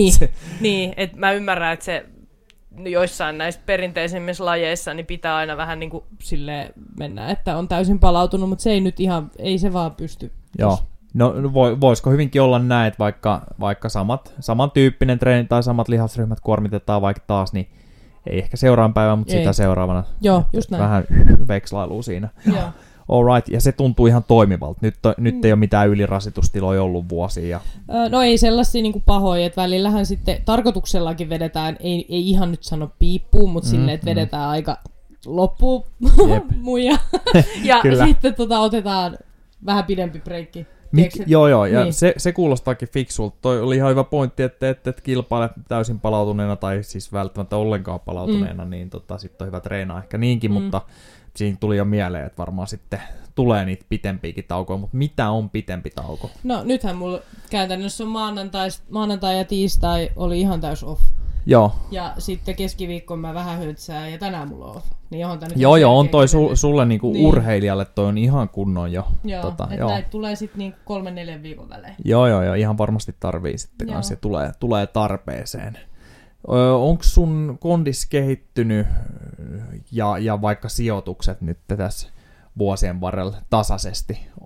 Niin, että mä ymmärrän, että se joissain näissä perinteisemmissä lajeissa niin pitää aina vähän niinku silleen mennä, että on täysin palautunut, mutta se ei nyt ihan, ei se vaan pysty.
Joo. No voisiko hyvinkin olla näin, että vaikka samantyyppinen treeni tai samat lihasryhmät kuormitetaan vaikka taas, niin ei ehkä seuraavan päivän, mutta sitä seuraavana.
Joo, just näin.
Vähän vekslailua siinä. All right, ja se tuntuu ihan toimivalta. Nyt ei ole mitään ylirasitustiloja ollut vuosia.
No ei sellaisia niin kuin pahoja, että välillähän sitten tarkoituksellakin vedetään, ei ihan nyt sano piippuun, mutta silleen, että vedetään aika loppuun muija. Ja sitten otetaan vähän pidempi breikki.
Joo, ja niin. se kuulostaakin fiksulta. Toi oli ihan hyvä pointti, että et kilpaile täysin palautuneena tai siis välttämättä ollenkaan palautuneena, niin sitten on hyvä treenaa ehkä niinkin, mutta siinä tuli jo mieleen, että varmaan sitten tulee niitä pitempiäkin taukoja, mutta mitä on pitempi tauko?
No nythän mulla käytännössä on maanantai ja tiistai oli ihan täys off.
Joo.
Ja sitten keskiviikkoon mä vähän hötsää ja tänään mulla on off. Niin
joo, on toi sulle niinku urheilijalle toi on ihan kunnon jo.
Joo, että näitä tulee sitten niinku 3-4 viikon välein.
Joo, ihan varmasti tarvii sitten kanssa ja tulee tarpeeseen. Onko sun kondis kehittynyt ja vaikka sijoitukset nyt tässä vuosien varrella tasaisesti?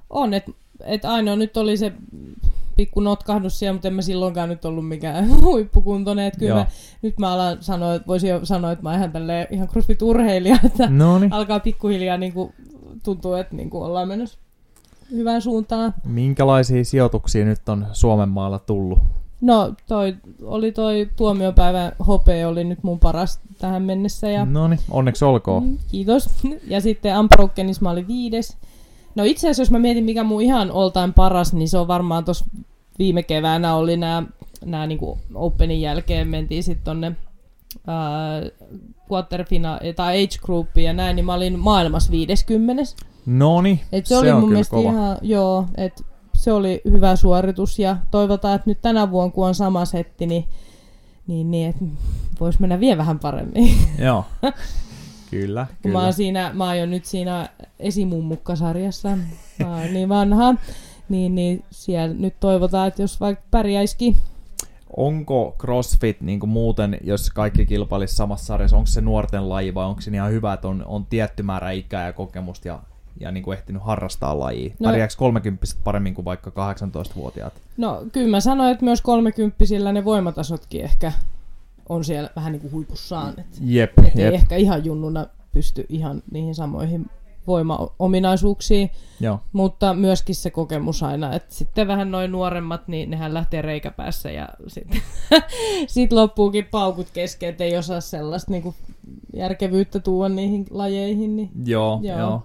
On, että ainoa nyt oli se pikku notkahdus siellä, mutta en mä silloinkaan nyt ollut mikään huippukuntoinen. Että kyllä nyt mä alan sanoa, että voisin jo sanoa, että mä oon ihan CrossFit-urheilija, että alkaa pikkuhiljaa niin kuin, tuntuu, että niin kuin ollaan menossa hyvään suuntaan.
Minkälaisia sijoituksia nyt on Suomen maalla tullut?
No toi tuomiopäivän hopea oli nyt mun paras tähän mennessä.
Noniin, onneksi olkoon.
Kiitos. Ja sitten Unbrokenissa mä olin 5. No itse asiassa, jos mä mietin, mikä mun ihan all-time paras, niin se on varmaan tuossa viime keväänä oli nämä niinku Openin jälkeen mentiin sitten tonne tai age groupiin ja näin, niin mä olin maailmassa 50.
Noniin,
se oli mun mielestä kova. Ihan, että se oli hyvä suoritus ja toivotaan, että nyt tänä vuonna, kun on sama setti, niin että vois mennä vielä vähän paremmin.
Joo. Kyllä.
Mä oon jo nyt siinä esimummukkasarjassa, mä oon niin vanha, niin siellä nyt toivotaan, että jos vaikka pärjäisikin.
Onko CrossFit niin kuin muuten, jos kaikki kilpailisi samassa sarjassa, onko se nuorten laji vai onko se ihan hyvä, että on tietty määrä ikää ja kokemusta ja niin kuin ehtinyt harrastaa lajia? Pärjääkö 30 paremmin kuin vaikka 18-vuotiaat? No
kyllä mä sanoin, että myös 30-sillä ne voimatasotkin ehkä on siellä vähän niin kuin huipussaan.
Jep.
Ei ehkä ihan junnuna pysty ihan niihin samoihin voimaominaisuuksiin, mutta myöskin se kokemus aina, että sitten vähän noin nuoremmat, niin nehän lähtee reikäpäässä ja sitten sit loppuukin paukut kesken, että ei osaa sellaista niin kuin järkevyyttä tuoda niihin lajeihin. Niin.
Joo.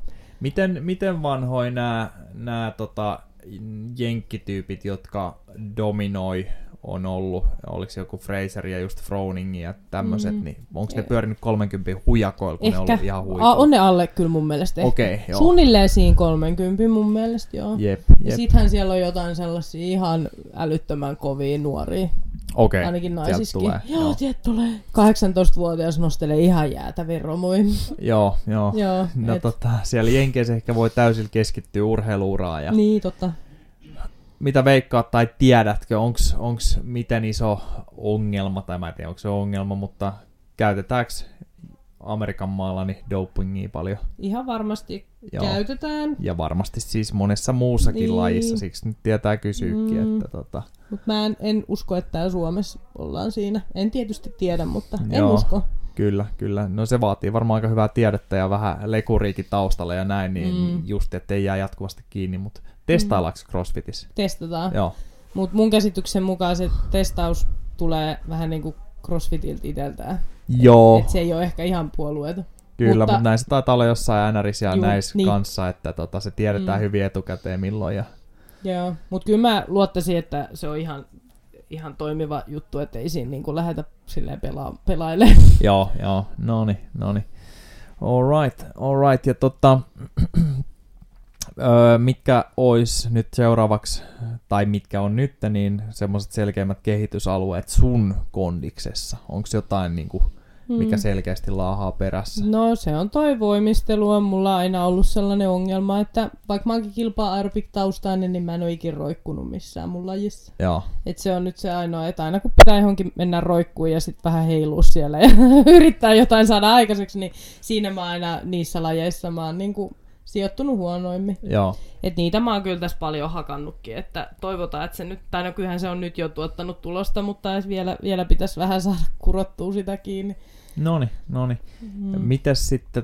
Miten vanhoja nämä jenkkityypit, jotka dominoi, on ollut, oliko se joku Fraser ja just Froning ja tämmöiset, niin onko ne pyörinyt 30 hujakoilla, kun ehkä. Ne on ollut ihan huikoilla?
On ne alle kyllä mun mielestä.
Okay,
suunnilleen siinä 30 mun mielestä, joo.
Jep.
Ja sittenhän siellä on jotain sellaisia ihan älyttömän kovia nuoria.
Okei,
ainakin naisiskin.
Joo,
sieltä tulee. 18-vuotias nostelee ihan jäätäviin romuin.
Joo. No siellä Jenkeissä ehkä voi täysin keskittyä urheiluuraan. Ja
niin, totta.
Mitä veikkaat tai tiedätkö, onko miten iso ongelma, tai mä en tiedä onko se ongelma, mutta käytetäänkö Amerikan maalla niin dopingia paljon?
Ihan varmasti käytetään.
Ja varmasti siis monessa muussakin lajissa, siksi nyt tietää kysyykin. Mutta
mä en usko, että täällä Suomessa ollaan siinä. En tietysti tiedä, mutta en usko.
Kyllä. No se vaatii varmaan aika hyvää tiedettä ja vähän lekuriikin taustalla ja näin, niin just ettei jää jatkuvasti kiinni, mutta testaillaanko CrossFitissä?
Testataan. Mutta mun käsityksen mukaan se testaus tulee vähän niin kuin CrossFitiltä itseltään.
Joo.
Et se ei ole ehkä ihan puolueeton.
Kyllä, mutta näin se taitaa olla jossain NRissä ja näissä kanssa, että se tiedetään hyvin etukäteen milloin.
Joo, mutta kyllä mä luottaisin, että se on ihan toimiva juttu, että ei siinä niin kuin lähdetä silleen pelailemaan.
Joo, no niin. All right. Ja mitkä olisi nyt seuraavaksi, tai mitkä on nyt, niin semmoiset selkeimmät kehitysalueet sun kondiksessa? Onko jotain, niin kuin, mikä selkeästi laahaa perässä?
No se on toi voimistelu, on mulla aina ollut sellainen ongelma, että vaikka mä oonkin kilpaa aerobik-taustainen, niin mä en ole ikin roikkunut missään mun lajissa.
Joo.
Et se on nyt se ainoa, että aina kun pitää johonkin mennä roikkuun ja sitten vähän heilua siellä ja yrittää jotain saada aikaiseksi, niin siinä mä aina niissä lajeissa mä oon niinku sijoittunut huonoimmin.
Joo.
Et niitä mä oon kyllä tässä paljon hakannutkin, että toivotaan, että se nyt, tai no kyllähän se on nyt jo tuottanut tulosta, mutta vielä pitäisi vähän saada kurottua sitä kiinni.
Noniin. Mites sitten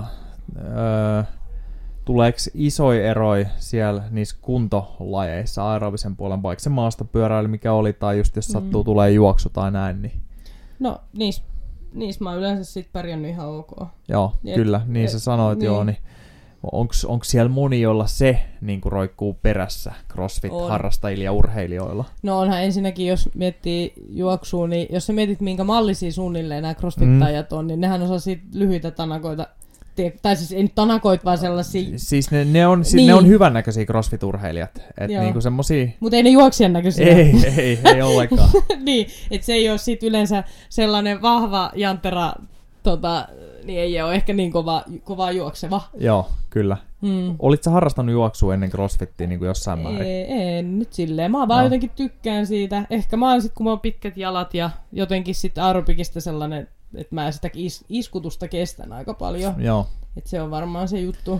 tuleeko isoja eroja siellä niissä kuntolajeissa aerobisen puolen, vaikka se maastopyöräily mikä oli, tai just jos sattuu tulee juoksu tai näin, niin? No
niissä mä oon yleensä sit pärjännyt ihan ok.
Joo, kyllä, niin sä sanoit niin. Onko siellä moni, jolla se niin kuin roikkuu perässä CrossFit-harrastajilla ja urheilijoilla?
No onhan ensinnäkin, jos miettii juoksua, niin jos sä mietit, minkä mallisia suunnilleen nämä CrossFit-tajat on, niin nehän osaa siitä lyhyitä tanakoita, tai siis ei nyt tanakoit, vaan sellaisia.
Siis ne on hyvännäköisiä CrossFit-urheilijat. Niinku semmosia.
Mutta ei ne juoksijan näköisiä.
Ei ollenkaan.
Niin, että se ei ole sit yleensä sellainen vahva jantera, niin ei ole ehkä niin kovaa juokseva.
Joo, kyllä. Olitko sä harrastanut juoksua ennen CrossFittiä niin kuin jossain määrin?
Ei, nyt silleen. Mä vaan jotenkin tykkään siitä. Ehkä mä oon sit, kun mä oon pitkät jalat ja jotenkin sit aerobikista sellainen, että mä sitä iskutusta kestän aika paljon.
Joo.
Et se on varmaan se juttu.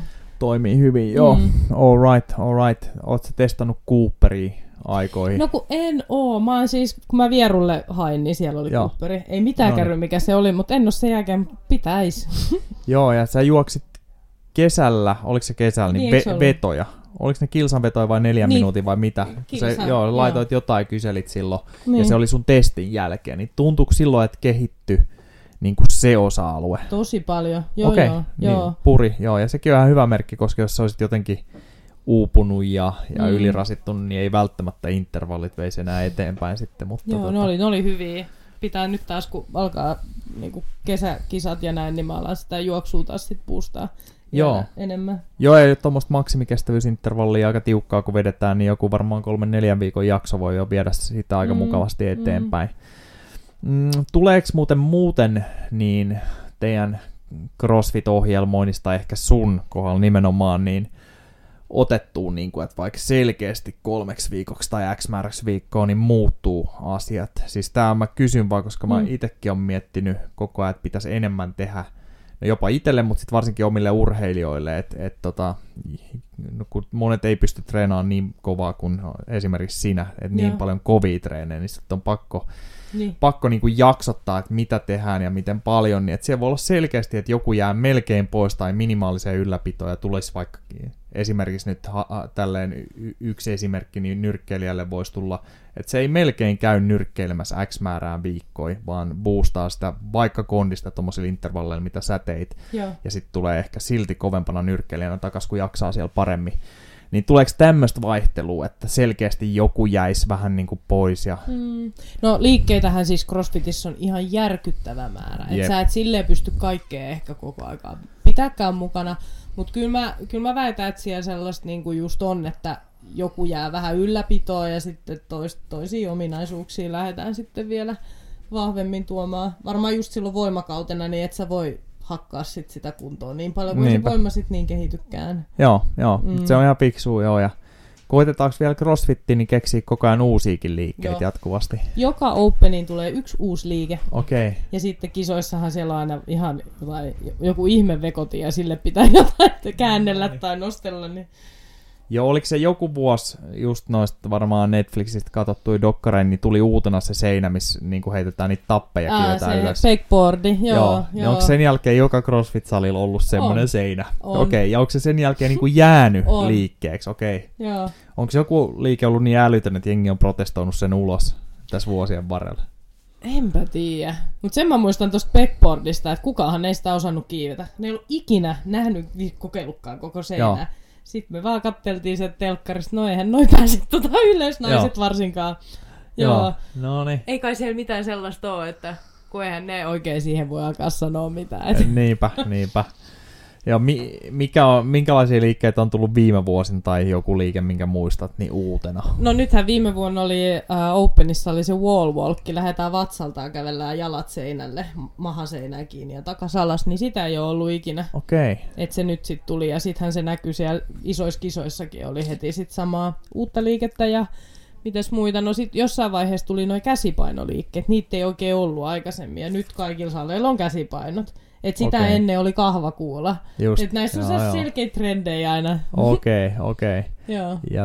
toimii hyvin, joo. All right. Ootko sä testannut Cooperia aikoihin?
No kun en oo. Mä oon siis, kun mä Vierulle hain, niin siellä oli Cooperi. Ei mitään kärry, mikä se oli, mutta en oo sen jälkeen pitäis. Joo,
ja sä juoksit kesällä, oliko se kesällä, niin vetoja. Oliko ne kilsan vetoja vai 4 minuutin vai mitä? Laitoit jotain, kyselit silloin, ja se oli sun testin jälkeen. Niin tuntuuko silloin, että kehittyi niin kuin se osa-alue?
Tosi paljon,
puri, ja sekin on ihan hyvä merkki, koska jos sä olisit jotenkin uupunut ja ylirasittunut, niin ei välttämättä intervallit veisi enää eteenpäin sitten. Mutta
ne oli hyviä. Pitää nyt taas, kun alkaa niin kuin kesäkisat ja näin, niin mä alan sitä juoksua taas sit boostaa enemmän.
Joo, ja tuommoista maksimikestävyysintervallia aika tiukkaa, kun vedetään, niin joku varmaan 3-4 viikon jakso voi jo viedä sitä aika mukavasti eteenpäin. Tuleeko muuten niin teidän CrossFit-ohjelmoinnista ehkä sun kohdalla nimenomaan niin otettua, niin kuin, että vaikka selkeästi 3 viikoksi tai X määräksi viikkoa, niin muuttuu asiat. Siis tämä mä kysyn vaan, koska mä itsekin olen miettinyt koko ajan, että pitäisi enemmän tehdä, no jopa itselle, mutta sitten varsinkin omille urheilijoille, no kun monet ei pysty treenaamaan niin kovaa kuin esimerkiksi sinä, että niin paljon kovia treenejä, niin sitten on pakko niin kuin jaksottaa, että mitä tehdään ja miten paljon, niin että siellä voi olla selkeästi, että joku jää melkein pois tai minimaaliseen ylläpitoon ja tulisi vaikka esimerkiksi nyt tälleen yksi esimerkki, niin nyrkkeilijälle voisi tulla, että se ei melkein käy nyrkkeilemässä X määrään viikkoja, vaan boostaa sitä vaikka kondista tuommoisilla intervalleilla, mitä sä teit, ja sitten tulee ehkä silti kovempana nyrkkeilijänä takaisin, kun jaksaa siellä paremmin. Niin tuleeko tämmöistä vaihtelua, että selkeästi joku jäisi vähän niin kuin pois?
No liikkeitähän siis CrossFitissä on ihan järkyttävä määrä. Että sä et silleen pysty kaikkea ehkä koko aikaa pitääkään mukana. Mutta kyllä mä väitän, että siellä sellaista niin kuin just on, että joku jää vähän ylläpitoon ja sitten toisia ominaisuuksia lähdetään sitten vielä vahvemmin tuomaan. Varmaan just silloin voimakautena, niin et sä voi hakkaa sitä kuntoon niin paljon, kun se voima sitten niin kehitykään.
Joo, se on ihan fiksua, ja koitetaanko vielä CrossFittiin, niin keksiä koko ajan uusiakin liikkeitä jatkuvasti? Joka
Openiin tulee 1 uusi liike.
Okei.
Ja sitten kisoissahan siellä on aina ihan joku ihme vekoti, ja sille pitää jotain käännellä tai nostella. Niin.
Joo, oliko se joku vuosi, just noista varmaan Netflixistä katsottuja dokkareita, niin tuli uutena se seinä, missä niin heitetään niitä tappeja kivetään ylös.
Pegboardi, joo.
Ja onko sen jälkeen joka CrossFit-salilla ollut semmoinen seinä? Okei, ja onko se sen jälkeen niin kuin jäänyt liikkeeksi? Okei.
Joo.
Onko joku liike ollut niin älytön, että jengi on protestoinut sen ulos tässä vuosien varrella?
Enpä tiedä. Mutta sen mä muistan tuosta pegboardista, että kukaanhan ei sitä osannut kiivetä. Ne ei ollut ikinä nähnyt, kokeillutkaan koko seinää. Joo. Sitten me vaan katteltiin sieltä telkkarista, no eihän noi pääse ylös, naiset varsinkaan. Joo.
No niin.
Ei kai siellä mitään sellaista ole, että kun eihän ne oikein siihen voi alkaa sanoa mitään.
Niinpä. Ja minkälaisia liikkeitä on tullut viime vuosin tai joku liike, minkä muistat, niin uutena?
No nythän viime vuonna oli Openissa oli se wall walk, lähdetään vatsaltaan, kävellään jalat seinälle, maha seinään kiinni ja takas alas, niin sitä ei ole ollut ikinä.
Okei.
Että se nyt sitten tuli ja sittenhän se näkyi siellä isoissa kisoissakin, oli heti sitten samaa uutta liikettä ja mitäs muita. No sitten jossain vaiheessa tuli nuo käsipainoliikkeet, niitä ei oikein ollut aikaisemmin ja nyt kaikilla saleilla on käsipainot. Että sitä ennen oli kahvakuula. Että näissä on selkeitä trendejä aina.
Okei.
Joo.
Ja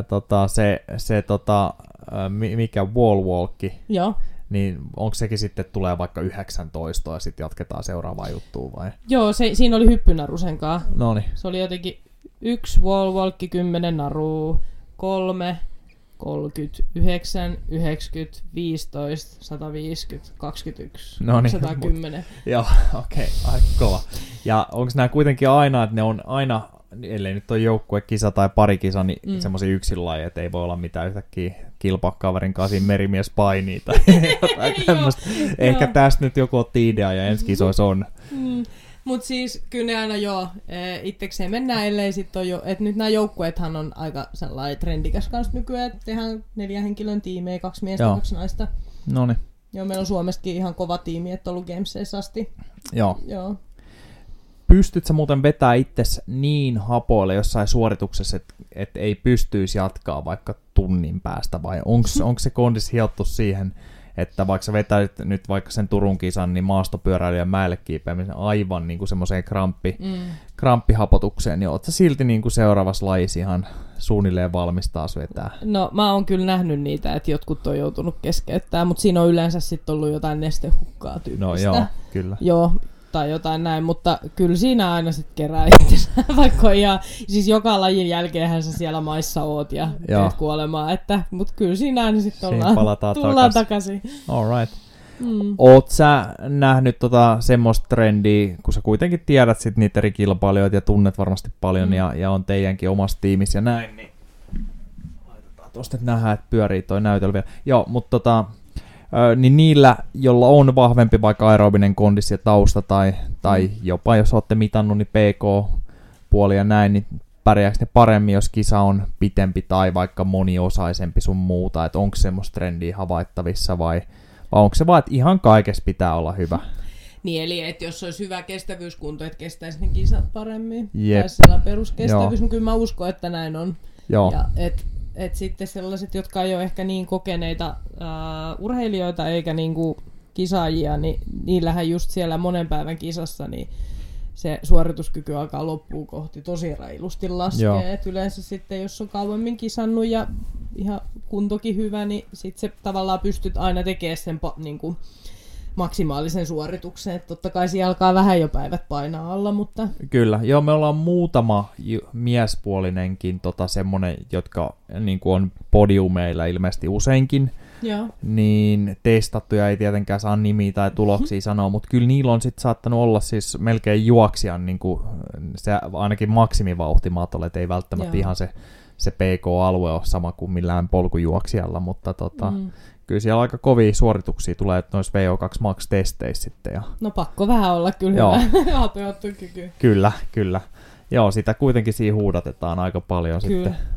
mikä wall walkki, niin onko sekin sitten tulee vaikka 19 ja sitten jatketaan seuraavaa juttua vai?
Joo, siinä oli hyppynarusenkaan.
Noniin.
Se oli jotenkin 1 wall walkki, 10 narua, 3, 39, 90, 15, 150, 21, 110.
Joo, okei, aika kova. Ja onko nämä kuitenkin aina, että ne on aina, ellei nyt ole joukkuekisa tai parikisa, niin semmoisia yksinlajeja, että ei voi olla mitään yhtäkkiä kilpakaverin kanssa merimies painii tai jotain tämmöistä. Ehkä tästä nyt joku otti idea ja ensi kisoissa on.
Mutta siis kyllä ne aina itsekseen mennään, ellei sitten ole että nyt nämä joukkueethan on aika sellainen trendikäs kanssa nykyään, että tehdään 4 henkilön tiimejä, 2 miestä, 2 naista.
Noniin.
Joo, meillä on Suomestakin ihan kova tiimi, että on ollut Gamesissa asti.
Joo. Pystyt sä muuten vetää itsesi niin hapoille jossain suorituksessa, että ei pystyisi jatkaa vaikka tunnin päästä, vai onko se kondis hiottu siihen, että vaikka sä vetäit nyt vaikka sen Turun kisan, niin maastopyöräilijän mäelle kiipeämisen aivan niin kuin semmoiseen kramppihapotukseen, niin oot sä silti niin kuin seuraavassa lajissa ihan suunnilleen valmis taas vetää?
No mä oon kyllä nähnyt niitä, että jotkut on joutunut keskeyttämään, mutta siinä on yleensä sitten ollut jotain nestehukkaa tyyppistä.
No joo, kyllä.
Joo, tai jotain näin, mutta kyllä siinä aina sitten kerää itsensä, vaikka ihan, siis joka lajin jälkeenhän sä siellä maissa oot ja teet kuolemaa, mutta kyllä siinä aina sitten tullaan takaisin.
All right. Oot sä nähnyt semmoista trendiä, kun sä kuitenkin tiedät sit niitä eri kilpailijoita ja tunnet varmasti paljon ja on teidänkin omassa tiimissä ja näin, niin laitetaan tosta, että nähdään, että pyörii toi näytelmä vielä. Joo, mutta niin niillä, jolla on vahvempi vaikka aerobinen kondis ja tausta tai jopa jos olette mitannut, niin PK-puoli ja näin, niin pärjääkö ne paremmin, jos kisa on pitempi tai vaikka moniosaisempi sun muuta, että onko semmoista trendiä havaittavissa vai onko se vaan, että ihan kaikessa pitää olla hyvä?
Niin, eli että jos olisi hyvä kestävyyskunto, että kestäisi ne kisat paremmin,
Jep.
tai siellä peruskestävyys, niin kyllä mä uskon, että näin on.
Joo.
Ja et sitten sellaiset, jotka ei ole ehkä niin kokeneita urheilijoita eikä niinku kisaajia, niin niillähän just siellä monen päivän kisassa, niin se suorituskyky alkaa loppuun kohti tosi railusti laskea. Et yleensä sitten, jos on kauemmin kisannut ja ihan kuntokin hyvä, niin sitten se tavallaan pystyt aina tekemään sen niinku maksimaalisen suorituksen. Et totta kai siellä alkaa vähän jo päivät painaa alla, mutta... Kyllä,
joo, me ollaan muutama miespuolinenkin semmonen, jotka niin kuin on podiumeilla ilmeisesti useinkin, niin testattuja ei tietenkään saa nimiä tai tuloksia sanoa, mutta kyllä niillä on sitten saattanut olla siis melkein juoksijan niin kuin se ainakin maksimivauhtimatolle, että ei välttämättä ihan se PK-alue ole sama kuin millään polkujuoksijalla, mutta kyllä siellä aika kovia suorituksia tulee noissa VO2 Max-testeissä sitten. Ja...
No pakko vähän olla kyllä hyvä hapeuttu kyky.
Kyllä. Joo, sitä kuitenkin siinä huudatetaan aika paljon kyllä. Sitten.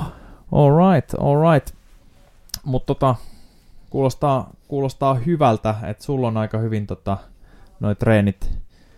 All right. Mutta kuulostaa hyvältä, että sulla on aika hyvin noi treenit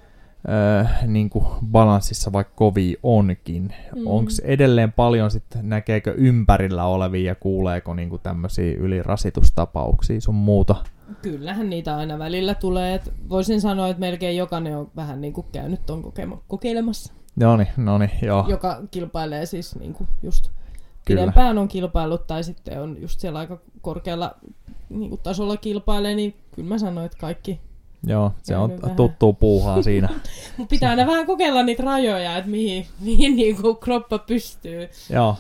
niin kuin balanssissa, vaikka kovia onkin. Onko edelleen paljon sitten, näkeekö ympärillä olevia ja kuuleeko niin kuin tämmöisiä ylirasitustapauksia sun muuta?
Kyllähän niitä aina välillä tulee. Et voisin sanoa, että melkein jokainen on vähän niin kuin käynyt ton kokeilemassa.
No niin, joo.
Joka kilpailee siis niin kuin just pidempään on kilpailut tai sitten on just siellä aika korkealla niin kuin tasolla kilpailee, niin kyllä mä sanoin, että kaikki. Joo,
se on tuttua puuhaa siinä.
Mutta pitää aina vähän kokeilla niitä rajoja, että mihin niinku kroppa pystyy.
Joo.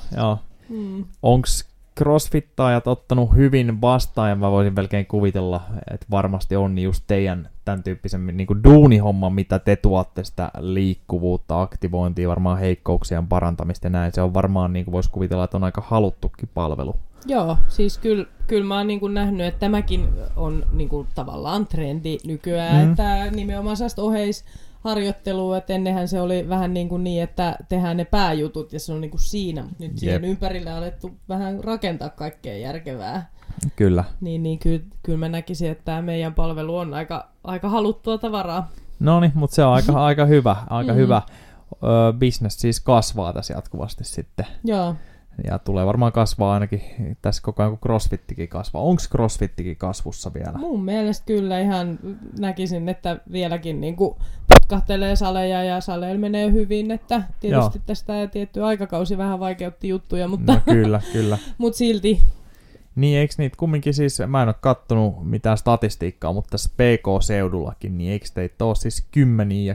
Onko crossfittajat ottanut hyvin vastaan, ja mä voisin melkein kuvitella, että varmasti on just teidän tämän tyyppisen niinku duunihomma, mitä te tuotte sitä liikkuvuutta, aktivointia, varmaan heikkouksien parantamista ja näin. Se on varmaan, niin kuin voisi kuvitella, että on aika haluttukin palvelu.
Joo, siis kyllä mä oon niin kuin nähnyt, että tämäkin on niin kuin tavallaan trendi nykyään, että nimenomaan sellaista oheisharjoittelua, että ennenhän se oli vähän niin, että tehdään ne pääjutut ja se on niin kuin siinä, mutta nyt siihen ympärille on alettu vähän rakentaa kaikkea järkevää.
Kyllä.
Niin kyllä mä näkisin, että tämä meidän palvelu on aika haluttua tavaraa.
Noniin, mutta se on aika hyvä. Business siis kasvaa tässä jatkuvasti sitten.
Joo.
Ja tulee varmaan kasvaa ainakin tässä koko ajan, kun crossfittikin kasvaa. Onko crossfittikin kasvussa vielä?
Mun mielestä kyllä ihan näkisin, että vieläkin niin kuin potkahtelee saleja ja saleilla menee hyvin. Että tietysti tästä tietty aikakausi vähän vaikeutti juttuja, mutta,
no, kyllä.
mutta silti.
Niin, eikö niitä kumminkin siis, mä en ole kattonut mitään statistiikkaa, mutta tässä PK-seudullakin, niin eikö teitä ole siis kymmeniä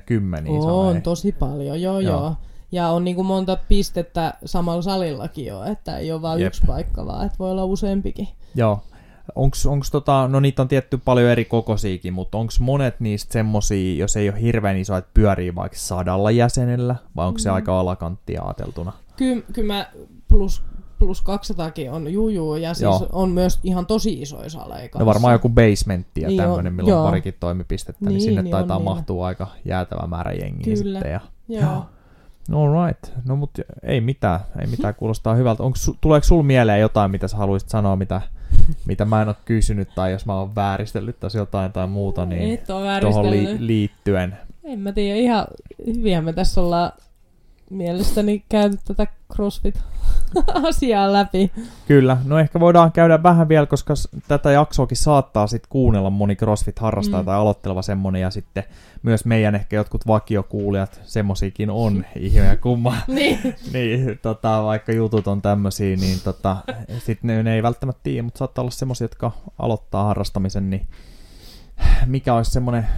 on tosi paljon, joo. Ja on niin kuin monta pistettä samalla salillakin jo, että ei ole vain yksi paikka, vaan että voi olla useampikin.
Joo. Onko no niitä on tietty paljon eri kokoisiakin, mutta onko monet niistä semmosia, jos ei ole hirveän iso, että pyörii vaikka 100 jäsenellä, vai onko se aika alakanttia ajateltuna?
Kyllä mä plus 200kin on ja siis on myös ihan tosi isoja saleja kanssa.
No varmaan joku basementti ja tämmöinen, millä on parikin toimipistettä, niin sinne taitaa mahtua aika jäätävä määrä jengiä sitten.
Joo.
All right. No mut ei mitään kuulostaa hyvältä. Tuleeko sul mieleen jotain, mitä sä haluaisit sanoa, mitä mä en ole kysynyt, tai jos mä oon vääristellyt tai jotain tai muuta, niin tuohon liittyen?
En mä tiedä, ihan hyviä me tässä ollaan mielestäni käyty tätä CrossFit asiaa läpi.
Kyllä, no ehkä voidaan käydä vähän vielä, koska tätä jaksoakin saattaa sitten kuunnella moni CrossFit-harrastaja tai aloitteleva semmonen, ja sitten myös meidän ehkä jotkut vakiokuulijat, semmosiakin on, ihmeä kumma. niin, vaikka jutut on tämmösiä, niin sitten ne ei välttämättä tiedä, mutta saattaa olla semmosia, jotka aloittaa harrastamisen, niin mikä olisi semmoinen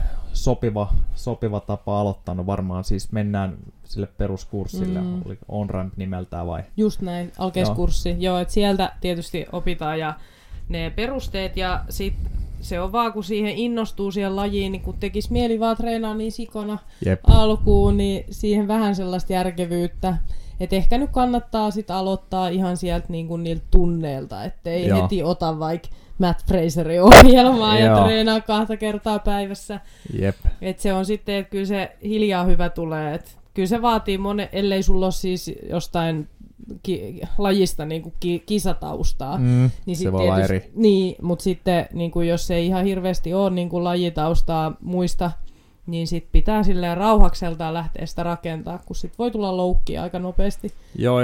sopiva tapa aloittaa? No varmaan siis mennään sille peruskurssille, oli OnRamp nimeltään vai?
Just näin, alkeiskurssi. Joo, että sieltä tietysti opitaan ja ne perusteet ja sitten se on vaan, kun siihen innostuu siihen lajiin, niin kun tekisi mieli vaan treenaa niin sikona alkuun, niin siihen vähän sellaista järkevyyttä. Että ehkä nyt kannattaa sitten aloittaa ihan sieltä niin kuin niiltä tunneilta, ettei heti ota vaikka Matt Fraserin ohjelmaa ja treenaa 2 kertaa päivässä. Et se on sitten, että kyllä se hiljaa hyvä tulee. Et kyllä se vaatii ellei sulla ole siis jostain lajista niin kuin kisataustaa. Niin
se voi olla eri.
Niin, mutta sitten niin kuin jos ei ihan hirveästi ole niin kuin lajitaustaa muista, niin sit pitää silleen rauhakseltaan lähteä sitä rakentaa, kun sit voi tulla loukkia aika nopeasti.
Joo.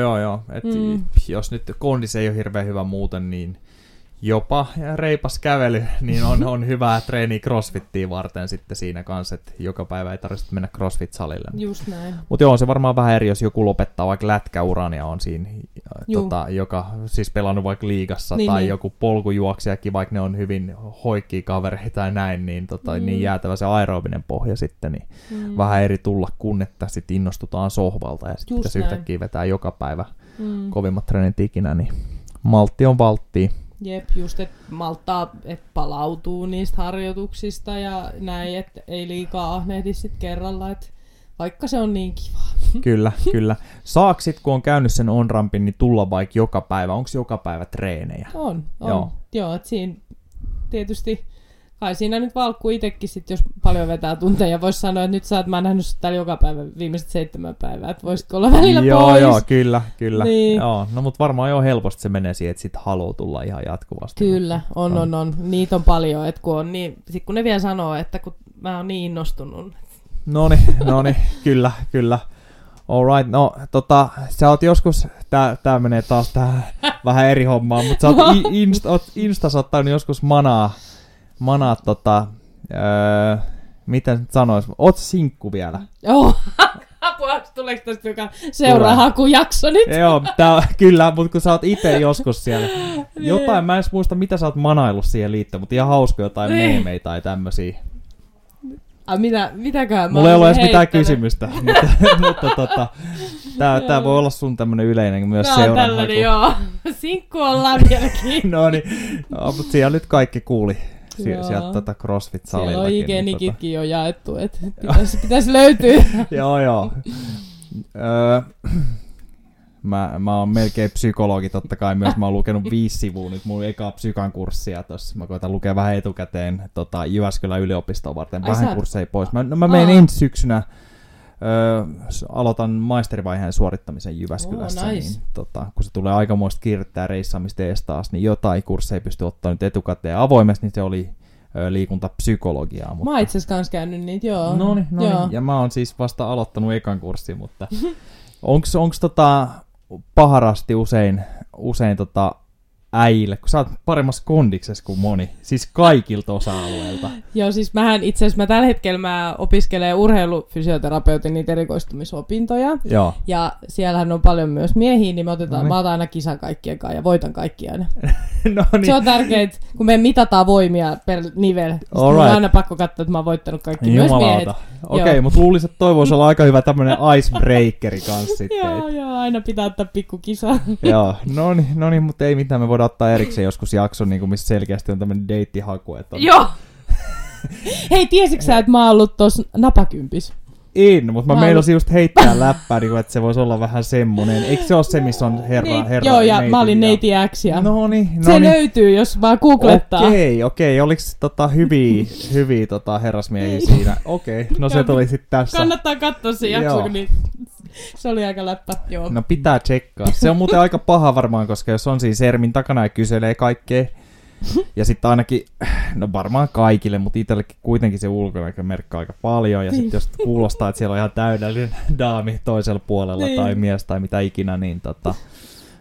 Jos nyt kondis ei ole hirveän hyvä muuten, niin jopa reipas kävely, niin on hyvää treeniä CrossFittiin varten sitten siinä kanssa, että joka päivä ei tarvitse mennä CrossFit-salille.
Just näin.
Mutta on se varmaan vähän eri, jos joku lopettaa vaikka lätkäuran ja on siinä, joka siis pelannut vaikka liigassa, tai joku polkujuoksijakin, vaikka ne on hyvin hoikkia kavereita tai näin, niin, niin jäätävä se aerobinen pohja sitten, niin vähän eri tulla, kun että sitten innostutaan sohvalta ja sitten pitäisi yhtäkkiä vetää joka päivä kovimmat treenit ikinä, niin maltti on valttia.
Jep, just, että malttaa, että palautuu niistä harjoituksista ja näin, että ei liikaa ahneeti sit kerralla, että vaikka se on niin kiva.
Kyllä. Saako sit, kun on käynyt sen OnRampin, niin tulla vaikka joka päivä? Onko joka päivä treenejä?
On. Joo, että siinä tietysti, kai siinä nyt valkkuu itsekin sit, jos paljon vetää tunteja. Voisi sanoa, että nyt mä oon nähnyt täällä joka päivä viimeiset 7 päivää, että voisitko olla välillä pois?
Joo, kyllä. Niin.
Joo,
no mutta varmaan jo helposti se menee siihen, että sit haluaa tulla ihan jatkuvasti.
Kyllä, on. Niitä on paljon, että kun on niin, sit kun ne vielä sanoo, että kun mä oon niin innostunut.
Noni, kyllä. Alright, no sä oot joskus, tää menee taas tähän vähän eri hommaan, mutta sä oot Instas ottanut joskus manaa miten nyt sanois, oot sinkku vielä?
Joo, apua, tuleeko tästä joka seuraahakujakso nyt?
Joo, kyllä, mutta kun sä oot ite joskus siellä, jotain, mä en muista mitä sä oot manaillut siihen liittyen, mutta ihan hauska jotain meemejä tai tämmösiä.
Mitäköhän mä
mulla ei ole edes mitään kysymystä, mutta tää voi olla sun tämmönen yleinen myös seuraahaku.
Tällainen, joo. Sinkku ollaan vieläkin.
No niin, mutta siellä nyt kaikki kuuli. Sieltä CrossFit-saliltakin.
Siellä on IG-nikitkin jo jaettu, että pitäisi löytyä.
Joo. Mä oon melkein psykologi, totta kai myös. Mä oon lukenut 5 sivua nyt mun ekaa psykan kurssia tossa. Mä koitan lukea vähän etukäteen Jyväskylän yliopistoa varten. Vähän kursseja pois. Mä menen ensi syksynä. Aloitan maisterivaiheen suorittamisen Jyväskylässä,
nice.
Niin kun se tulee aikamoista kiirettää reissaamista taas, niin jotain kursseja pystyy ottaa nyt etukäteen avoimesti, niin se oli liikuntapsykologiaa. Mutta...
Mä oon itse asiassa kans käynyt niitä, joo.
Noniin. Ja mä oon siis vasta aloittanut ekan kurssin, mutta onks paharasti usein äijille, kun sä oot paremmassa kondiksessa kuin moni, siis kaikilta osa-alueilta.
Joo, siis mä tällä hetkellä mä opiskelen urheilufysioterapeutin niitä erikoistumisopintoja.
Joo.
Ja siellähän on paljon myös miehiä, niin mä otan aina kisan kaikkien kanssa ja voitan kaikki aina. Se on tärkeää, kun me mitataan voimia per nivel. Right. On aina pakko katsoa, että mä oon voittanut kaikki, myös miehet.
Okei, mutta luulisin, että toi voisi olla aika hyvä tämmönen icebreakeri kanssa sitten.
Joo, aina pitää ottaa pikku kisa.
Joo, no niin, mutta ei mitään, me voidaan ottaa erikseen joskus jakson, niin missä selkeästi on tämmönen deittihaku.
Joo! Hei, tiesitkö sä, että mä oon ollut tossa napakympis?
En, mutta mä meinasin just heittää läppää, niin että se voisi olla vähän semmonen. Eikö se ole se, missä on herra
joo, ja neiti, mä olin neiti X.
Noniin.
Se löytyy, jos vaan googlettaa.
Okei. Oliks hyviä herrasmiehiä siinä? Okei, no se tuli sitten tässä.
Kannattaa katsoa se jakso, niin se oli aika läppä, joo.
No pitää tsekkaa. Se on muuten aika paha varmaan, koska jos on siinä sermin takana ja kyselee kaikkea. Ja sitten ainakin, no varmaan kaikille, mutta itsellekin kuitenkin se ulkonäkö merkkaa aika paljon. Ja sitten jos kuulostaa, että siellä on ihan täydellinen daami toisella puolella tai mies tai mitä ikinä, niin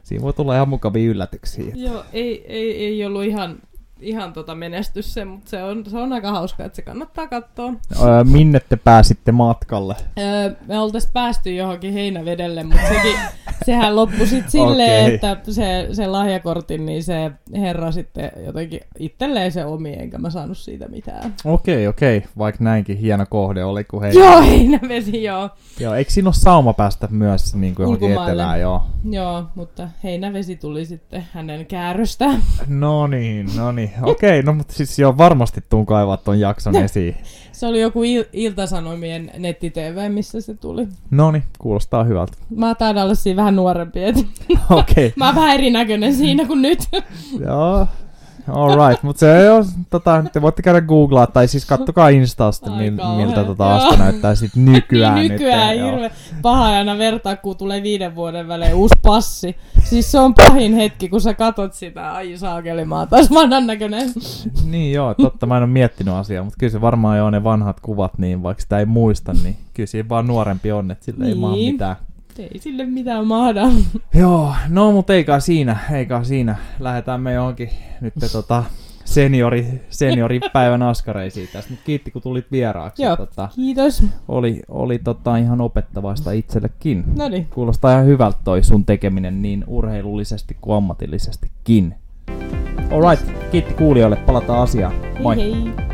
Siinä voi tulla ihan mukavia yllätyksiä.
Joo, ei ollut ihan menestys se, mutta se on aika hauska, että se kannattaa katsoa.
Minne te pääsitte matkalle?
Me oltais päästy johonkin Heinävedelle, mutta sehän loppui sitten silleen, että se lahjakortin, niin se herra sitten jotenkin itselleen se omi, enkä mä saanut siitä mitään.
Okei. Vaikka näinkin hieno kohde oli kuin
Joo, Heinävesi, joo.
Joo, eikö siinä ole sauma päästä myös niin kuin johonkin etelään?
Joo, mutta Heinävesi tuli sitten hänen kääröstään.
No niin. Okei, no mutta siis joo, varmasti tuun kaivaa ton jakson esiin.
Se oli joku Ilta-Sanomien netti-tv, missä se tuli.
Noniin, kuulostaa hyvältä.
Mä taidan olla siinä vähän nuorempi, et
Okei.
mä oon vähän erinäköinen siinä kuin nyt.
Joo, alright, mutta se on, te voitte käydä googlaa, tai siis kattokaa Instasta, miltä Asta näyttää sit nykyään.
Nykyään hirveä paha aina vertaa, kun tulee 5 vuoden välein uusi passi. Siis se on pahin hetki, kun sä katot sitä, ai saakeli, mä oon taas vanhan näköinen.
Niin joo, totta, mä en ole miettinyt asiaa, mutta kyllä se varmaan jo ne vanhat kuvat, niin vaikka sitä ei muista, niin kyllä siinä vaan nuorempi on, että sille ei maa mitään.
Ei sille mitään mahda.
Joo, no mutta eikä siinä. Lähdetään me johonkin nyt senioripäivän askareisiin tästä. Mutta kiitti kun tulit vieraaksi.
Joo, kiitos.
Oli ihan opettavaista itsellekin.
Noniin.
Kuulostaa ihan hyvältä toi sun tekeminen niin urheilullisesti kuin ammatillisestikin. Alright, kiitti kuulijoille. Palataan asiaan. Moi.
Hei.